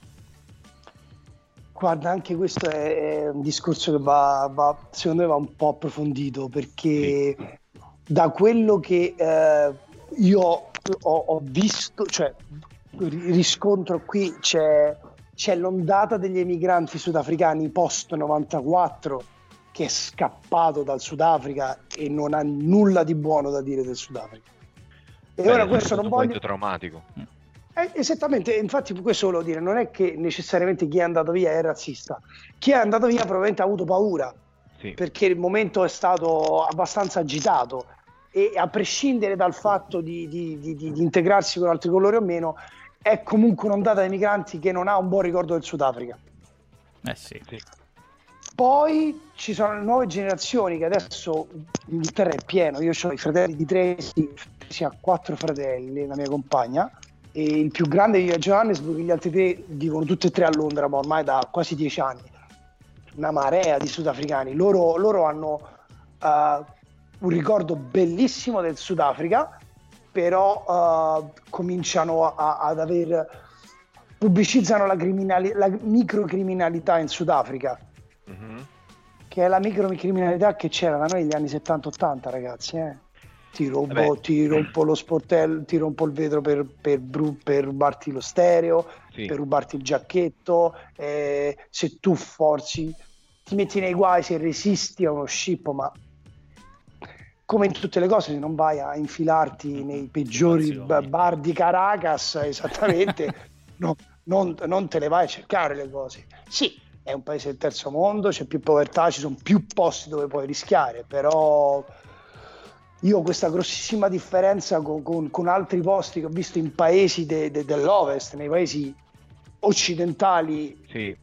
Guarda, anche questo è un discorso che va secondo me va un po' approfondito, perché da quello che io ho visto, cioè riscontro qui, c'è l'ondata degli emigranti sudafricani post 94 che è scappato dal Sudafrica e non ha nulla di buono da dire del Sudafrica. E ora questo non voglio... traumatico. Esattamente, infatti questo volevo dire, non è che necessariamente chi è andato via è razzista, chi è andato via probabilmente ha avuto paura, perché il momento è stato abbastanza agitato, e a prescindere dal fatto di integrarsi con altri colori o meno, è comunque un'ondata di migranti che non ha un buon ricordo del Sudafrica. Sì. Poi ci sono le nuove generazioni, che adesso l'Inghilterra è pieno. Io ho i fratelli di Tracy, ha 4 fratelli, la mia compagna, e il più grande vive a Johannesburg, gli altri 3 vivono tutti e 3 a Londra, ma ormai da quasi 10 anni. Una marea di sudafricani. Loro hanno un ricordo bellissimo del Sudafrica, però cominciano ad aver... pubblicizzano la microcriminalità in Sudafrica, che è la microcriminalità che c'era da noi negli anni 70-80, ragazzi. Ti rompo lo sportello, ti rompo il vetro per rubarti lo stereo, per rubarti il giacchetto, se tu forzi ti metti nei guai se resisti a uno scippo, ma come in tutte le cose, se non vai a infilarti nei peggiori bar di Caracas, esattamente, non te le vai a cercare le cose. Sì, è un paese del terzo mondo, c'è più povertà, ci sono più posti dove puoi rischiare, però io ho questa grossissima differenza con altri posti che ho visto in paesi dell'Ovest, nei paesi occidentali.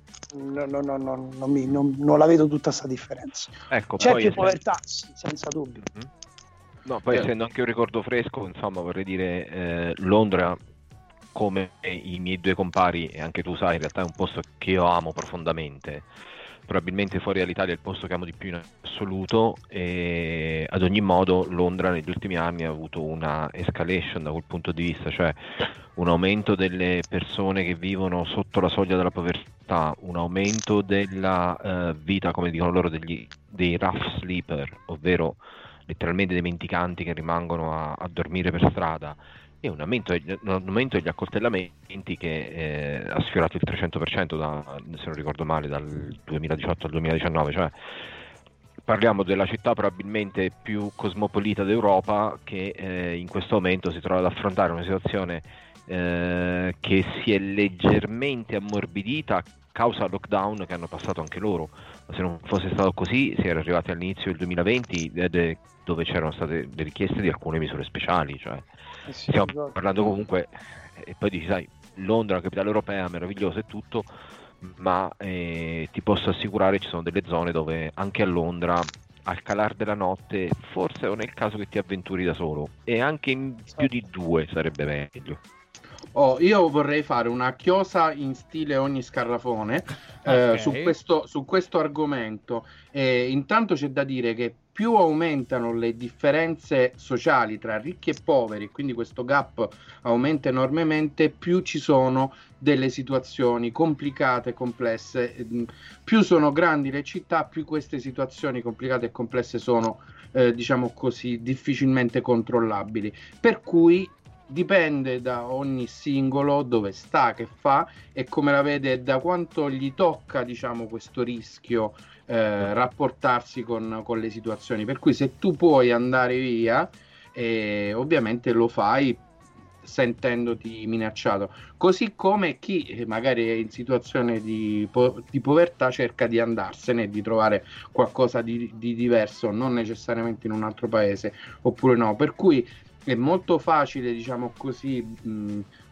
Non la vedo tutta questa differenza. Ecco, c'è poi più povertà, sì, senza dubbio. No, poi essendo anche un ricordo fresco, insomma, vorrei dire, Londra, come i miei 2 compari, e anche tu sai, in realtà è un posto che io amo profondamente. Probabilmente fuori dall'Italia è il posto che amo di più in assoluto, e ad ogni modo Londra negli ultimi anni ha avuto una escalation da quel punto di vista, cioè un aumento delle persone che vivono sotto la soglia della povertà, un aumento della vita, come dicono loro, dei rough sleeper, ovvero letteralmente dei mendicanti che rimangono a dormire per strada, e un aumento degli accoltellamenti che ha sfiorato il 300% se non ricordo male, dal 2018 al 2019. Cioè parliamo della città probabilmente più cosmopolita d'Europa, che in questo momento si trova ad affrontare una situazione che si è leggermente ammorbidita a causa del lockdown che hanno passato anche loro. Ma se non fosse stato così, si era arrivati all'inizio del 2020 dove c'erano state le richieste di alcune misure speciali, cioè stiamo parlando comunque, e poi dici, sai, Londra, la capitale europea, meravigliosa e tutto, ma ti posso assicurare ci sono delle zone dove anche a Londra al calar della notte forse non è il caso che ti avventuri da solo, e anche in più di 2 sarebbe meglio. Io vorrei fare una chiosa in stile Ogni Scarrafone su questo argomento. Intanto c'è da dire che più aumentano le differenze sociali tra ricchi e poveri, quindi questo gap aumenta enormemente, più ci sono delle situazioni complicate e complesse. Più sono grandi le città, più queste situazioni complicate e complesse sono, diciamo così, difficilmente controllabili. Per cui dipende da ogni singolo dove sta, che fa e come la vede, da quanto gli tocca, diciamo, questo rischio rapportarsi con le situazioni. Per cui se tu puoi andare via, ovviamente lo fai sentendoti minacciato, così come chi magari è in situazione di povertà cerca di andarsene e di trovare qualcosa di diverso, non necessariamente in un altro paese, oppure no. Per cui è molto facile, diciamo così,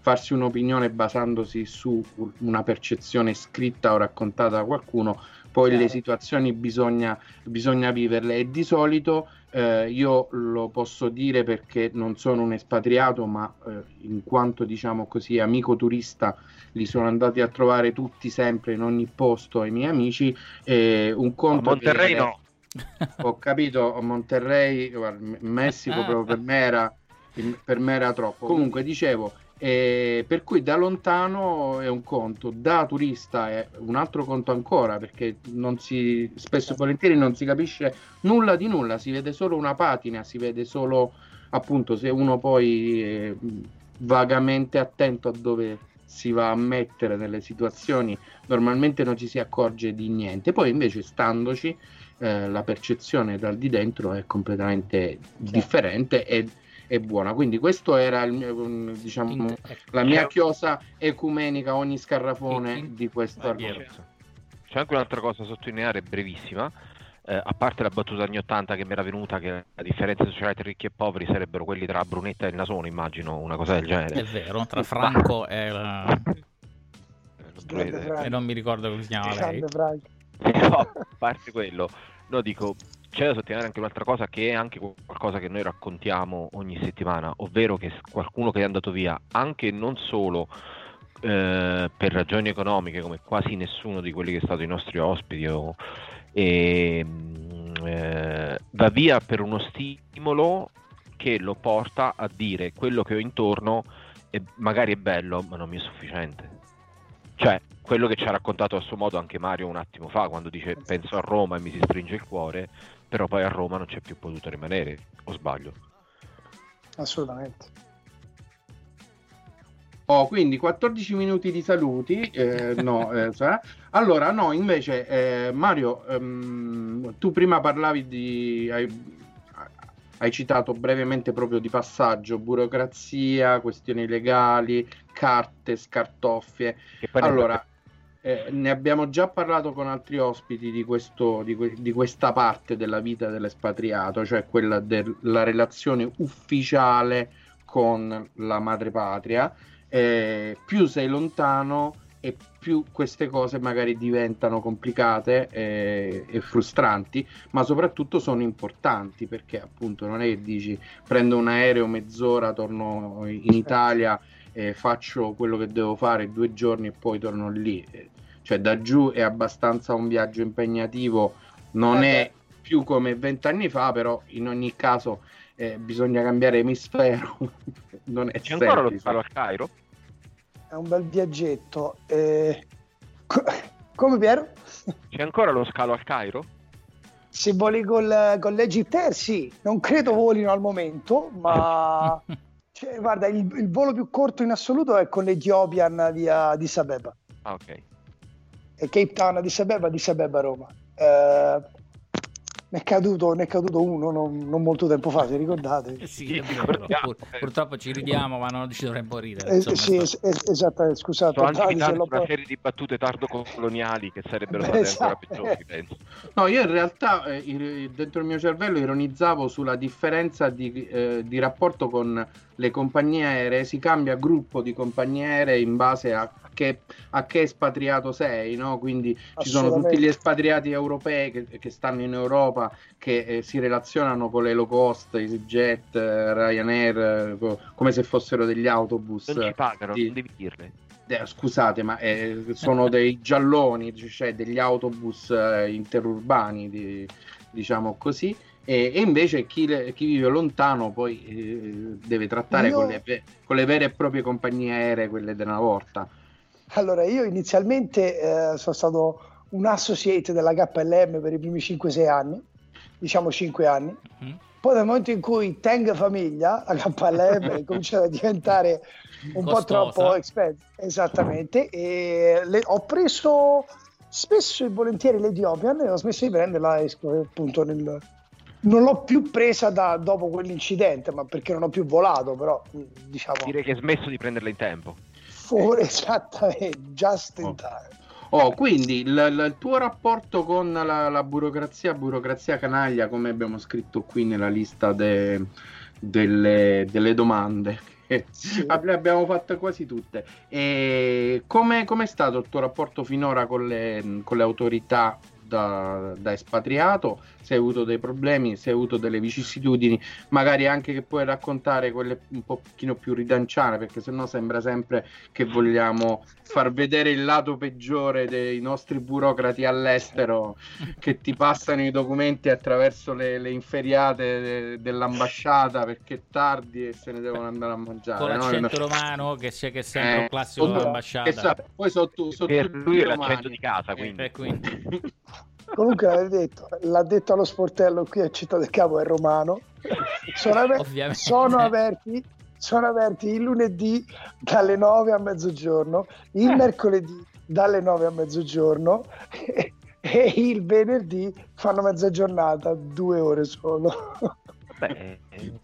farsi un'opinione basandosi su una percezione scritta o raccontata da qualcuno. Poi le situazioni bisogna viverle, e di solito io lo posso dire perché non sono un espatriato, ma in quanto, diciamo così, amico turista, li sono andati a trovare tutti sempre in ogni posto i miei amici. Un conto a Monterrey no. Ho capito, a Monterrey, guarda, Messico proprio per me era troppo. Comunque dicevo, per cui da lontano è un conto, da turista è un altro conto ancora, perché spesso e volentieri non si capisce nulla di nulla, si vede solo una patina, si vede solo, appunto, se uno poi è vagamente attento a dove si va a mettere nelle situazioni, normalmente non ci si accorge di niente. Poi invece, standoci, la percezione dal di dentro è completamente differente e buona. Quindi questo era diciamo, la mia chiosa ecumenica, ogni scarrafone di questo argomento. C'è anche un'altra cosa da sottolineare, brevissima, a parte la battuta anni 80 che mi era venuta, che la differenza sociale tra ricchi e poveri sarebbero quelli tra Brunetta e il Nasone, immagino, una cosa del genere. È vero, tra Franco e e non mi ricordo come si chiama lei. No, a parte quello, no, dico, c'è da sottolineare anche un'altra cosa, che è anche qualcosa che noi raccontiamo ogni settimana, ovvero che qualcuno che è andato via, anche non solo per ragioni economiche, come quasi nessuno di quelli che è stato i nostri ospiti, va via per uno stimolo che lo porta a dire: quello che ho intorno magari è bello, ma non mi è sufficiente. Cioè, quello che ci ha raccontato a suo modo anche Mario un attimo fa, quando dice penso a Roma e mi si stringe il cuore, però poi a Roma non c'è più potuto rimanere, o sbaglio? Assolutamente. Quindi 14 minuti di saluti. Allora, no, invece, Mario, tu prima parlavi hai citato brevemente proprio di passaggio, burocrazia, questioni legali, carte, scartoffie. Allora, ne abbiamo già parlato con altri ospiti di questa parte della vita dell'espatriato, cioè quella della relazione ufficiale con la madrepatria. Più sei lontano e più queste cose magari diventano complicate e frustranti, ma soprattutto sono importanti, perché appunto non è che dici prendo un aereo, mezz'ora, torno in Italia, faccio quello che devo fare 2 giorni e poi torno lì. Cioè da giù è abbastanza un viaggio impegnativo, non è più come 20 anni fa, però in ogni caso bisogna cambiare emisfero. Non è C'è ancora lo scalo al Cairo? È un bel viaggetto. Come, Piero? C'è ancora lo scalo al Cairo? Se voli con l'Egyptair, sì. Non credo volino al momento, ma guarda, il volo più corto in assoluto è con l'Ethiopian via Addis Abeba. Ah, ok. E Cape Town, Addis Abeba, Roma. Ne è caduto uno non molto tempo fa, vi ricordate? Sì, purtroppo ci ridiamo, ma non ci dovremmo ridere. Esatto, scusate. Sto anticipando una serie di battute tardo-coloniali che sarebbero state ancora peggiori, penso. No, io in realtà dentro il mio cervello ironizzavo sulla differenza di rapporto con le compagnie aeree. Si cambia gruppo di compagnie aeree in base a che espatriato sei, no? Quindi ci sono tutti gli espatriati europei che stanno in Europa, che si relazionano con le low cost, EasyJet, Ryanair, come se fossero degli autobus. Non ci pagano, non devi dirle. Scusate, ma sono dei gialloni, cioè degli autobus interurbani, diciamo così. E invece chi vive lontano poi deve trattare con le vere e proprie compagnie aeree, quelle della volta. Allora, io inizialmente sono stato un associate della KLM per i primi 5-6 anni, diciamo 5 anni. Poi dal momento in cui tengo famiglia, la KLM è cominciata a diventare un po' troppo expensive. Esattamente, e ho preso spesso e volentieri l'Ethiopian e ho smesso di prenderla, appunto non l'ho più presa dopo quell'incidente, ma perché non ho più volato, però diciamo... Direi che hai smesso di prenderla in tempo. Esattamente, just in time. Quindi il tuo rapporto con la burocrazia canaglia, come abbiamo scritto qui nella lista delle domande, Sì. Le abbiamo fatte quasi tutte. E come è stato il tuo rapporto finora con le autorità da espatriato? Se hai avuto dei problemi, se hai avuto delle vicissitudini, magari anche che puoi raccontare quelle un pochino più ridanciane, perché sennò sembra sempre che vogliamo far vedere il lato peggiore dei nostri burocrati all'estero che ti passano i documenti attraverso le inferiate dell'ambasciata perché è tardi e se ne devono andare a mangiare. Con l'accento romano che è sempre un classico dell'ambasciata. Poi per lui è l'accento di casa, quindi. Comunque l'ha detto allo sportello qui a Città del Capo, è romano. Sono aperti il lunedì dalle 9 a mezzogiorno, il mercoledì dalle 9 a mezzogiorno e il venerdì fanno mezza giornata, 2 ore solo. Beh,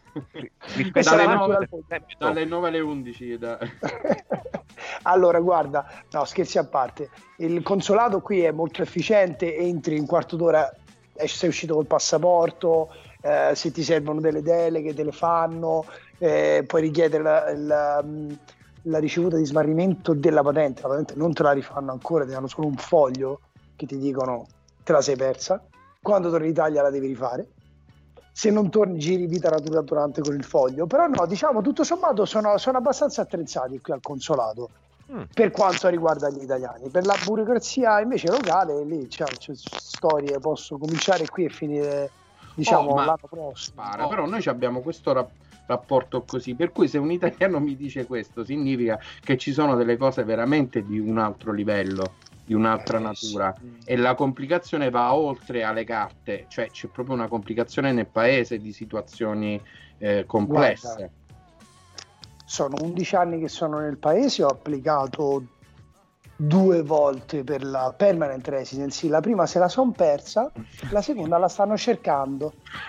dalle 9 alle 11 Allora guarda, no, scherzi a parte, il consolato qui è molto efficiente, entri in quarto d'ora, sei uscito col passaporto, se ti servono delle deleghe te le fanno, puoi richiedere la ricevuta di smarrimento della patente. La patente non te la rifanno ancora, ti danno solo un foglio che ti dicono te la sei persa, quando torni in Italia la devi rifare, se non torni giri vita naturale con il foglio. Però no, diciamo tutto sommato sono abbastanza attrezzati qui al consolato per quanto riguarda gli italiani. Per la burocrazia invece locale lì c'è storie, posso cominciare qui e finire l'anno prossimo. Però noi abbiamo questo rapporto così, per cui se un italiano mi dice questo significa che ci sono delle cose veramente di un altro livello, di un'altra natura, e la complicazione va oltre alle carte, cioè c'è proprio una complicazione nel paese di situazioni complesse. Guarda, sono 11 anni che sono nel paese, ho applicato 2 volte per la permanent residency, la prima se la son persa, la seconda la stanno cercando.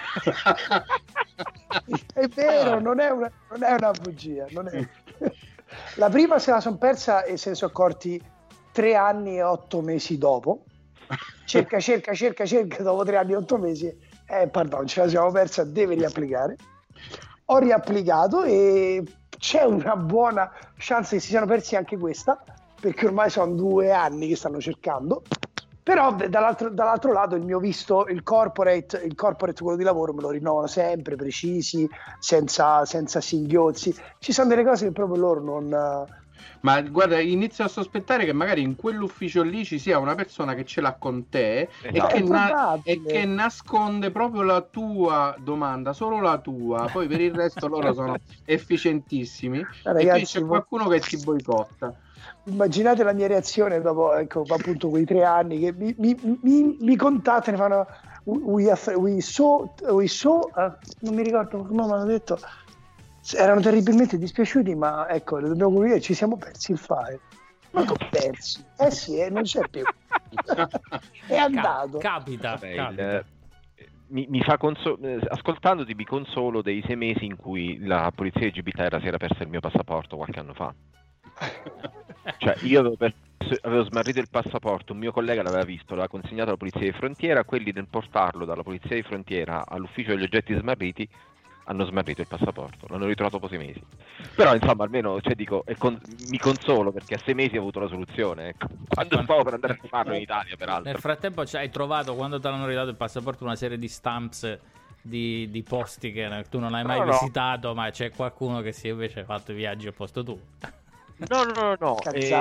È vero, non è una bugia, la prima se la son persa e se ne sono accorti 3 anni e 8 mesi dopo. Cerca dopo 3 anni e 8 mesi, pardon, ce la siamo persa, deve riapplicare. Ho riapplicato e c'è una buona chance che si siano persi anche questa, perché ormai sono 2 anni che stanno cercando. Però dall'altro lato il mio visto, il corporate quello di lavoro me lo rinnovano sempre, precisi, senza singhiozzi. Ci sono delle cose che proprio loro non... Ma guarda, inizio a sospettare che magari in quell'ufficio lì ci sia una persona che ce l'ha con te e che nasconde proprio la tua domanda, solo la tua, poi per il resto loro sono efficientissimi. Ragazzi, e c'è qualcuno che ti boicotta. Immaginate la mia reazione dopo, appunto, quei 3 anni che mi contattano e fanno we saw non mi ricordo come mi hanno detto, erano terribilmente dispiaciuti, ma ecco, le dobbiamo comunicare, ci siamo persi il file. Ma come persi? Sì, non c'è più. È andato. Capita. Mi fa ascoltandoti mi consolo dei 6 mesi in cui la polizia di Gibilterra si era persa il mio passaporto qualche anno fa. Cioè io avevo smarrito il passaporto, un mio collega l'aveva visto, l'aveva consegnato alla polizia di frontiera, quelli nel portarlo dalla polizia di frontiera all'ufficio degli oggetti smarriti hanno smarrito il passaporto, l'hanno ritrovato dopo 6 mesi. Però insomma almeno mi consolo perché a 6 mesi ho avuto la soluzione, ecco. Quando stavo per andare a farlo in Italia, peraltro. Nel frattempo hai trovato, quando te l'hanno ridato il passaporto, una serie di stamps di posti che tu non hai mai visitato, ma c'è qualcuno che si è invece fatto i viaggi al posto tuo. No.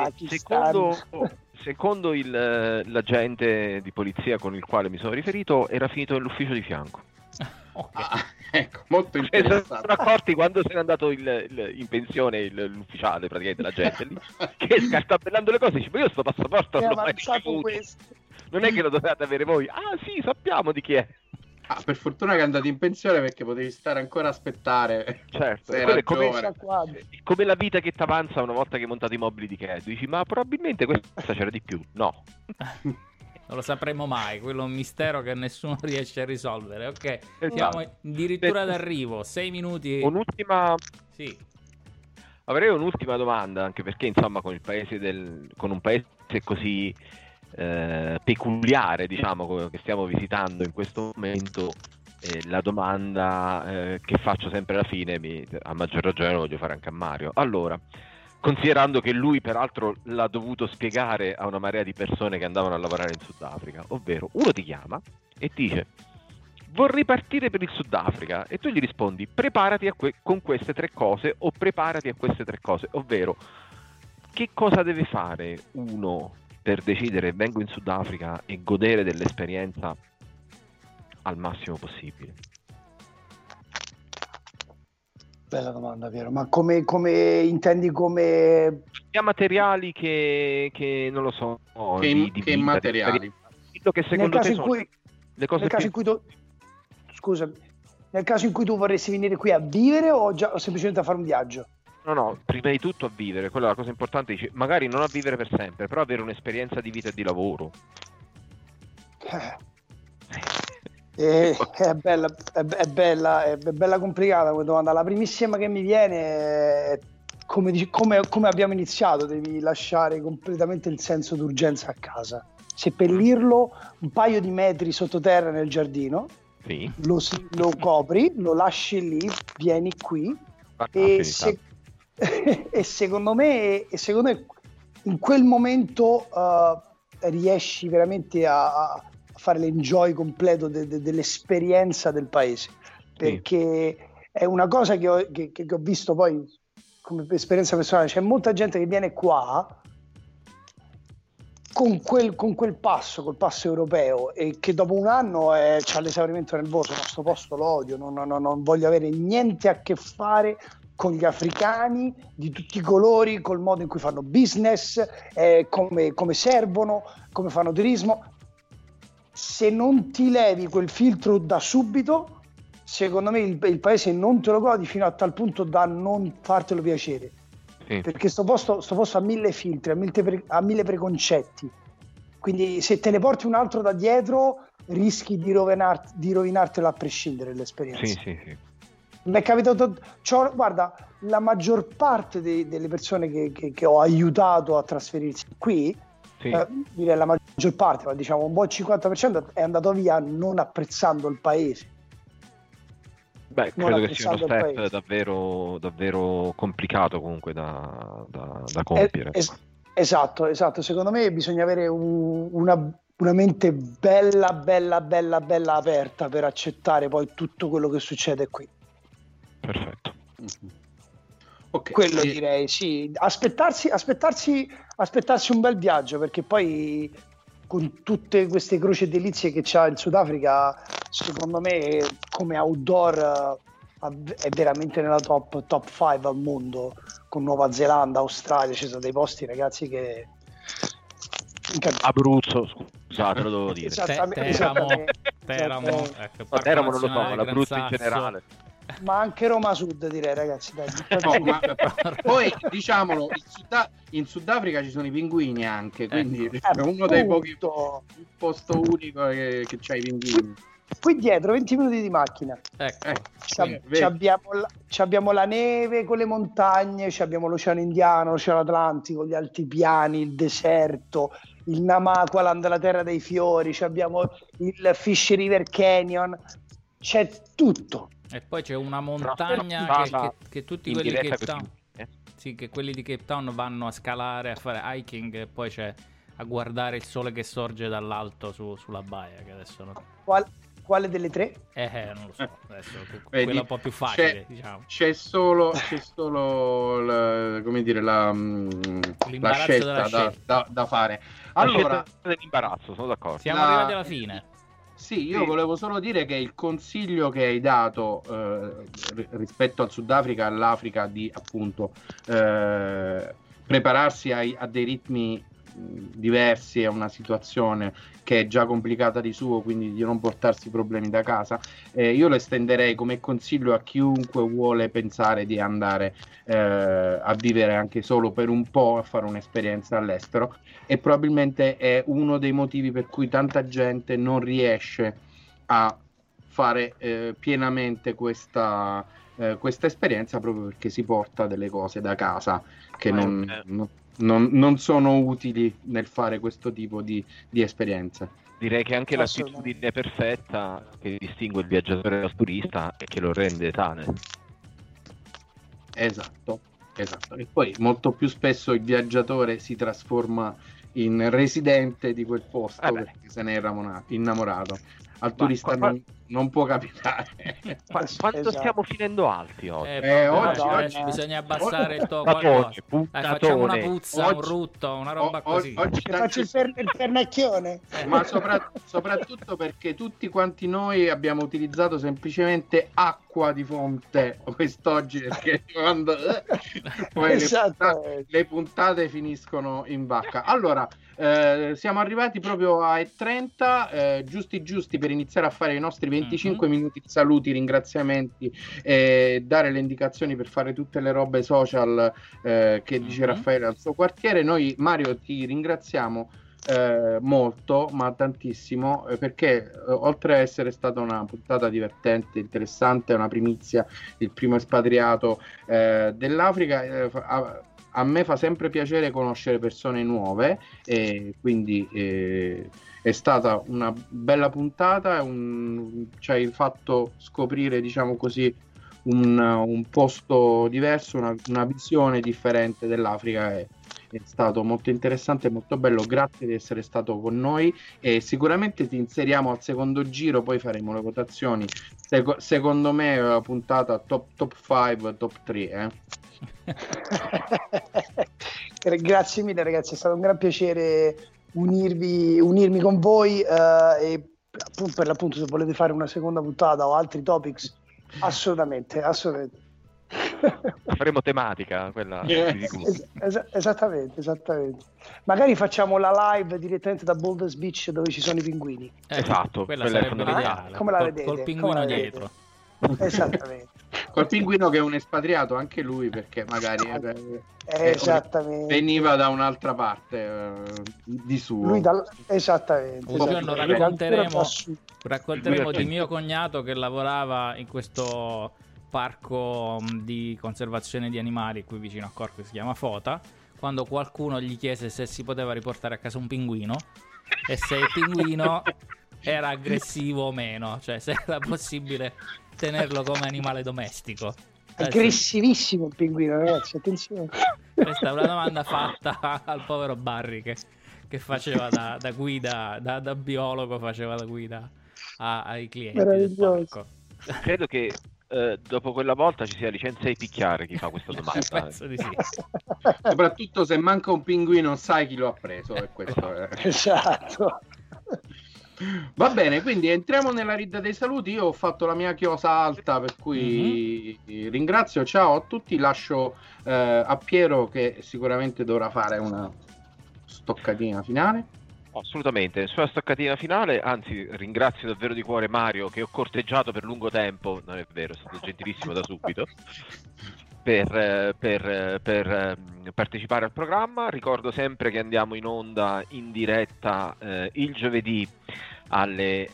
Secondo l'agente di polizia con il quale mi sono riferito, era finito nell'ufficio di fianco. Okay. Ecco, molto interessante. Sono accorti quando se n'è andato in pensione l'ufficiale, praticamente l'agente lì, che scartabellando le cose dice: ma io sto passaporto non l'ho mai ricevuto. Non è che lo dovete avere voi? Ah sì, sappiamo di chi è. Per fortuna che è andato in pensione, perché potevi stare ancora a aspettare. Certo, è come la vita che ti avanza una volta che hai montato i mobili di Cheddu. Dici, ma probabilmente questa c'era di più. No. Non lo sapremo mai, quello è un mistero che nessuno riesce a risolvere. Ok, siamo addirittura d'arrivo, 6 minuti. Sì. Avrei un'ultima domanda, anche perché insomma con un paese così peculiare, diciamo, che stiamo visitando in questo momento, la domanda che faccio sempre alla fine, a maggior ragione lo voglio fare anche a Mario. Allora, considerando che lui peraltro l'ha dovuto spiegare a una marea di persone che andavano a lavorare in Sudafrica, ovvero uno ti chiama e ti dice vorrei partire per il Sudafrica e tu gli rispondi preparati con queste 3 cose o preparati a queste 3 cose, ovvero che cosa deve fare uno per decidere vengo in Sudafrica e godere dell'esperienza al massimo possibile? Bella domanda, Piero. Ma come intendi come... Sia materiali che non lo so, che vita, immateriali. Che secondo te sono le cose nel caso più... in cui tu... Scusami, nel caso in cui tu vorresti venire qui a vivere o semplicemente a fare un viaggio? No, prima di tutto a vivere, quella è la cosa importante, dice, magari non a vivere per sempre, però avere un'esperienza di vita e di lavoro. È bella complicata quella domanda. La primissima che mi viene è come abbiamo iniziato, devi lasciare completamente il senso d'urgenza a casa, seppellirlo un paio di metri sottoterra nel giardino, sì. lo copri, lo lasci lì, vieni qui e secondo me in quel momento riesci veramente a fare l'enjoy completo dell'esperienza del paese, perché è una cosa che ho visto poi come esperienza personale. C'è molta gente che viene qua con quel passo, col passo europeo, e che dopo un anno c'ha l'esaurimento nervoso, ma sto posto lo odio, non voglio avere niente a che fare con gli africani di tutti i colori, col modo in cui fanno business, come servono, come fanno turismo. Se non ti levi quel filtro da subito, secondo me il paese non te lo godi fino a tal punto da non fartelo piacere. Sì. Perché sto posto ha 1000 filtri, ha 1000 preconcetti. Quindi se te ne porti un altro da dietro rischi di rovinartelo a prescindere l'esperienza. Sì. Mi è capitato, guarda, la maggior parte delle persone che ho aiutato a trasferirsi qui, sì. Direi la maggior parte, ma diciamo un buon 50% è andato via non apprezzando il paese. Beh, credo che sia uno step davvero, davvero complicato comunque da compiere. Esatto. Secondo me bisogna avere una mente bella aperta per accettare poi tutto quello che succede qui. Perfetto. Okay. Quello direi, sì. Aspettarsi un bel viaggio, perché poi con tutte queste croci e delizie che c'ha il Sudafrica, secondo me come outdoor è veramente nella top 5 al mondo, con Nuova Zelanda, Australia, ci sono dei posti, ragazzi, che Abruzzo, scusate, lo devo dire. Teramo, non lo so, l'Abruzzo in generale. Ma anche Roma Sud, direi, ragazzi, dai. Ma poi diciamolo, in Sudafrica ci sono i pinguini anche, quindi è uno dei pochi posto unico che c'ha i pinguini. Qui dietro 20 minuti di macchina. Abbiamo la neve con le montagne, abbiamo l'Oceano Indiano, l'Oceano Atlantico, gli altipiani, il deserto, il Namaqualand, la terra dei fiori, abbiamo il Fish River Canyon, c'è tutto. E poi c'è una montagna che tutti quelli di Cape Town, che quelli di Cape Town vanno a scalare, a fare hiking, e poi c'è a guardare il sole che sorge dall'alto sulla baia, che adesso non... Quale delle tre? Non lo so, adesso quella un po' più facile, diciamo. C'è solo come dire la scelta da fare. Allora, dell'imbarazzo, sono d'accordo. Siamo arrivati alla fine. Sì, io volevo solo dire che il consiglio che hai dato rispetto al Sudafrica, all'Africa, di appunto prepararsi a dei ritmi diversi, a una situazione che è già complicata di suo, quindi di non portarsi problemi da casa, io lo estenderei come consiglio a chiunque vuole pensare di andare a vivere anche solo per un po', a fare un'esperienza all'estero, e probabilmente è uno dei motivi per cui tanta gente non riesce a fare pienamente questa esperienza, proprio perché si porta delle cose da casa che non non sono utili nel fare questo tipo di esperienze. Direi che anche l'attitudine perfetta che distingue il viaggiatore dal turista e che lo rende tale. Esatto. E poi molto più spesso il viaggiatore si trasforma in residente di quel posto perché se ne è innamorato. Al turista non può capitare. Quanto stiamo finendo alti oggi? Oggi bisogna abbassare il tono. Facciamo una puzza, un rutto, una roba così. Oggi faccio il pernacchione. Ma soprattutto perché tutti quanti noi abbiamo utilizzato semplicemente acqua di fonte quest'oggi, perché quando poi le puntate finiscono in vacca. Allora, siamo arrivati proprio ai 30 giusti per iniziare a fare i nostri 25 minuti di saluti, ringraziamenti e dare le indicazioni per fare tutte le robe social che dice Raffaele al suo quartiere. Noi, Mario, ti ringraziamo molto, ma tantissimo, perché oltre a essere stata una puntata divertente, interessante, una primizia, il primo espatriato dell'Africa, a me fa sempre piacere conoscere persone nuove, e quindi è stata una bella puntata, ci hai fatto scoprire, diciamo così, un posto diverso, una visione differente dell'Africa. È stato molto interessante e molto bello. Grazie di essere stato con noi, e sicuramente ti inseriamo al secondo giro, poi faremo le votazioni. Secondo me è una puntata top 5, top 3. Grazie mille ragazzi, è stato un gran piacere unirmi con voi, e per l'appunto se volete fare una seconda puntata o altri topics, assolutamente. Faremo tematica, quella esattamente. Magari facciamo la live direttamente da Boulders Beach, dove ci sono i pinguini. Esatto, quella sarebbe l'ideale. Come la vedete? Col pinguino dietro. Esattamente. Col pinguino che è un espatriato anche lui, perché magari esattamente veniva da un'altra parte di suo. Esattamente. Un giorno racconteremo di mio cognato che lavorava in questo parco di conservazione di animali qui vicino a Cork, che si chiama Fota, quando qualcuno gli chiese se si poteva riportare a casa un pinguino e se il pinguino era aggressivo o meno, cioè se era possibile tenerlo come animale domestico. Aggressivissimo il pinguino, ragazzi, attenzione. Questa è una domanda fatta al povero Barry che faceva da guida, da biologo, faceva da guida ai clienti del parco. Credo che dopo quella volta ci sia licenza di picchiare chi fa questa domanda. Penso di sì. Soprattutto se manca un pinguino, sai chi lo ha preso, e questo è... Esatto. Va bene, quindi entriamo nella ridda dei saluti. Io ho fatto la mia chiosa alta, per cui ringrazio, ciao a tutti. Lascio a Piero, che sicuramente dovrà fare una stoccatina finale. Assolutamente, nessuna stoccatina finale, anzi ringrazio davvero di cuore Mario, che ho corteggiato per lungo tempo, non è vero, è stato gentilissimo da subito, per partecipare al programma. Ricordo sempre che andiamo in onda in diretta il giovedì alle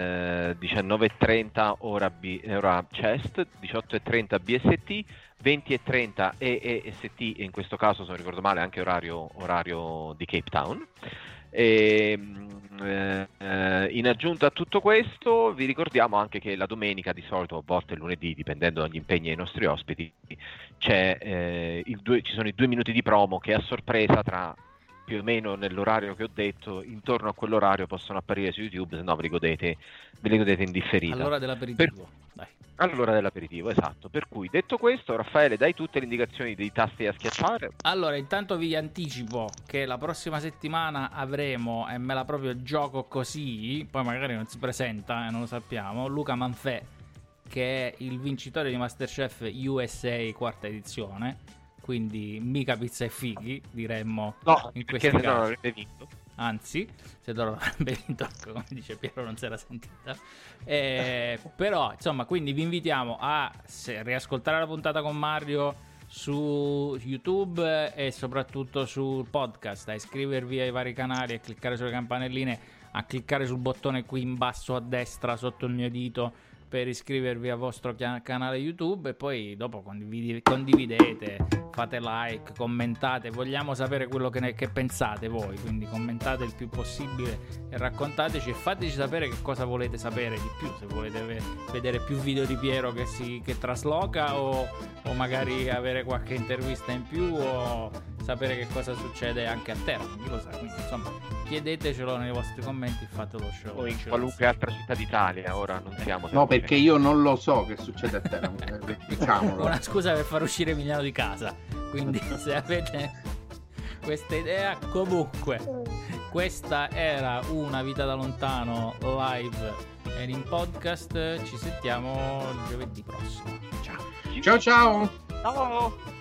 19:30 ora CEST, 18:30 BST, 20:30 EEST, e in questo caso, se non ricordo male, anche orario di Cape Town. In aggiunta a tutto questo vi ricordiamo anche che la domenica, di solito a volte il lunedì, dipendendo dagli impegni dei nostri ospiti, ci sono i 2 minuti di promo che a sorpresa, tra più o meno nell'orario che ho detto, intorno a quell'orario possono apparire su YouTube, se no ve li godete in differita. All'ora dell'aperitivo. All'ora dell'aperitivo, esatto. Per cui, detto questo, Raffaele, dai tutte le indicazioni dei tasti da schiacciare. Allora, intanto vi anticipo che la prossima settimana avremo, e me la proprio gioco così, poi magari non si presenta e non lo sappiamo, Luca Manfè, che è il vincitore di Masterchef USA quarta edizione, quindi mica pizza e fighi, diremmo, in questi casi. Non avrebbe vinto. Anzi, se loro avrebbe vinto, come dice Piero, non si era sentita. Però, insomma, quindi vi invitiamo a riascoltare la puntata con Mario su YouTube e soprattutto sul podcast, a iscrivervi ai vari canali, a cliccare sulle campanelline, a cliccare sul bottone qui in basso a destra sotto il mio dito per iscrivervi al vostro canale YouTube e poi dopo condividete, fate like, commentate, vogliamo sapere quello che pensate voi, quindi commentate il più possibile e raccontateci e fateci sapere che cosa volete sapere di più, se volete vedere più video di Piero che trasloca o magari avere qualche intervista in più o sapere che cosa succede anche a Teramo, chi lo sa, quindi insomma chiedetecelo nei vostri commenti, fatelo show o in qualunque altra città d'Italia. Ora non siamo No, perché io non lo so che succede a Teramo, diciamolo. Una scusa per far uscire Emiliano di casa, quindi se avete questa idea, comunque questa era Una vita da lontano live e in podcast, ci sentiamo il giovedì prossimo, ciao Ciao ciao. No!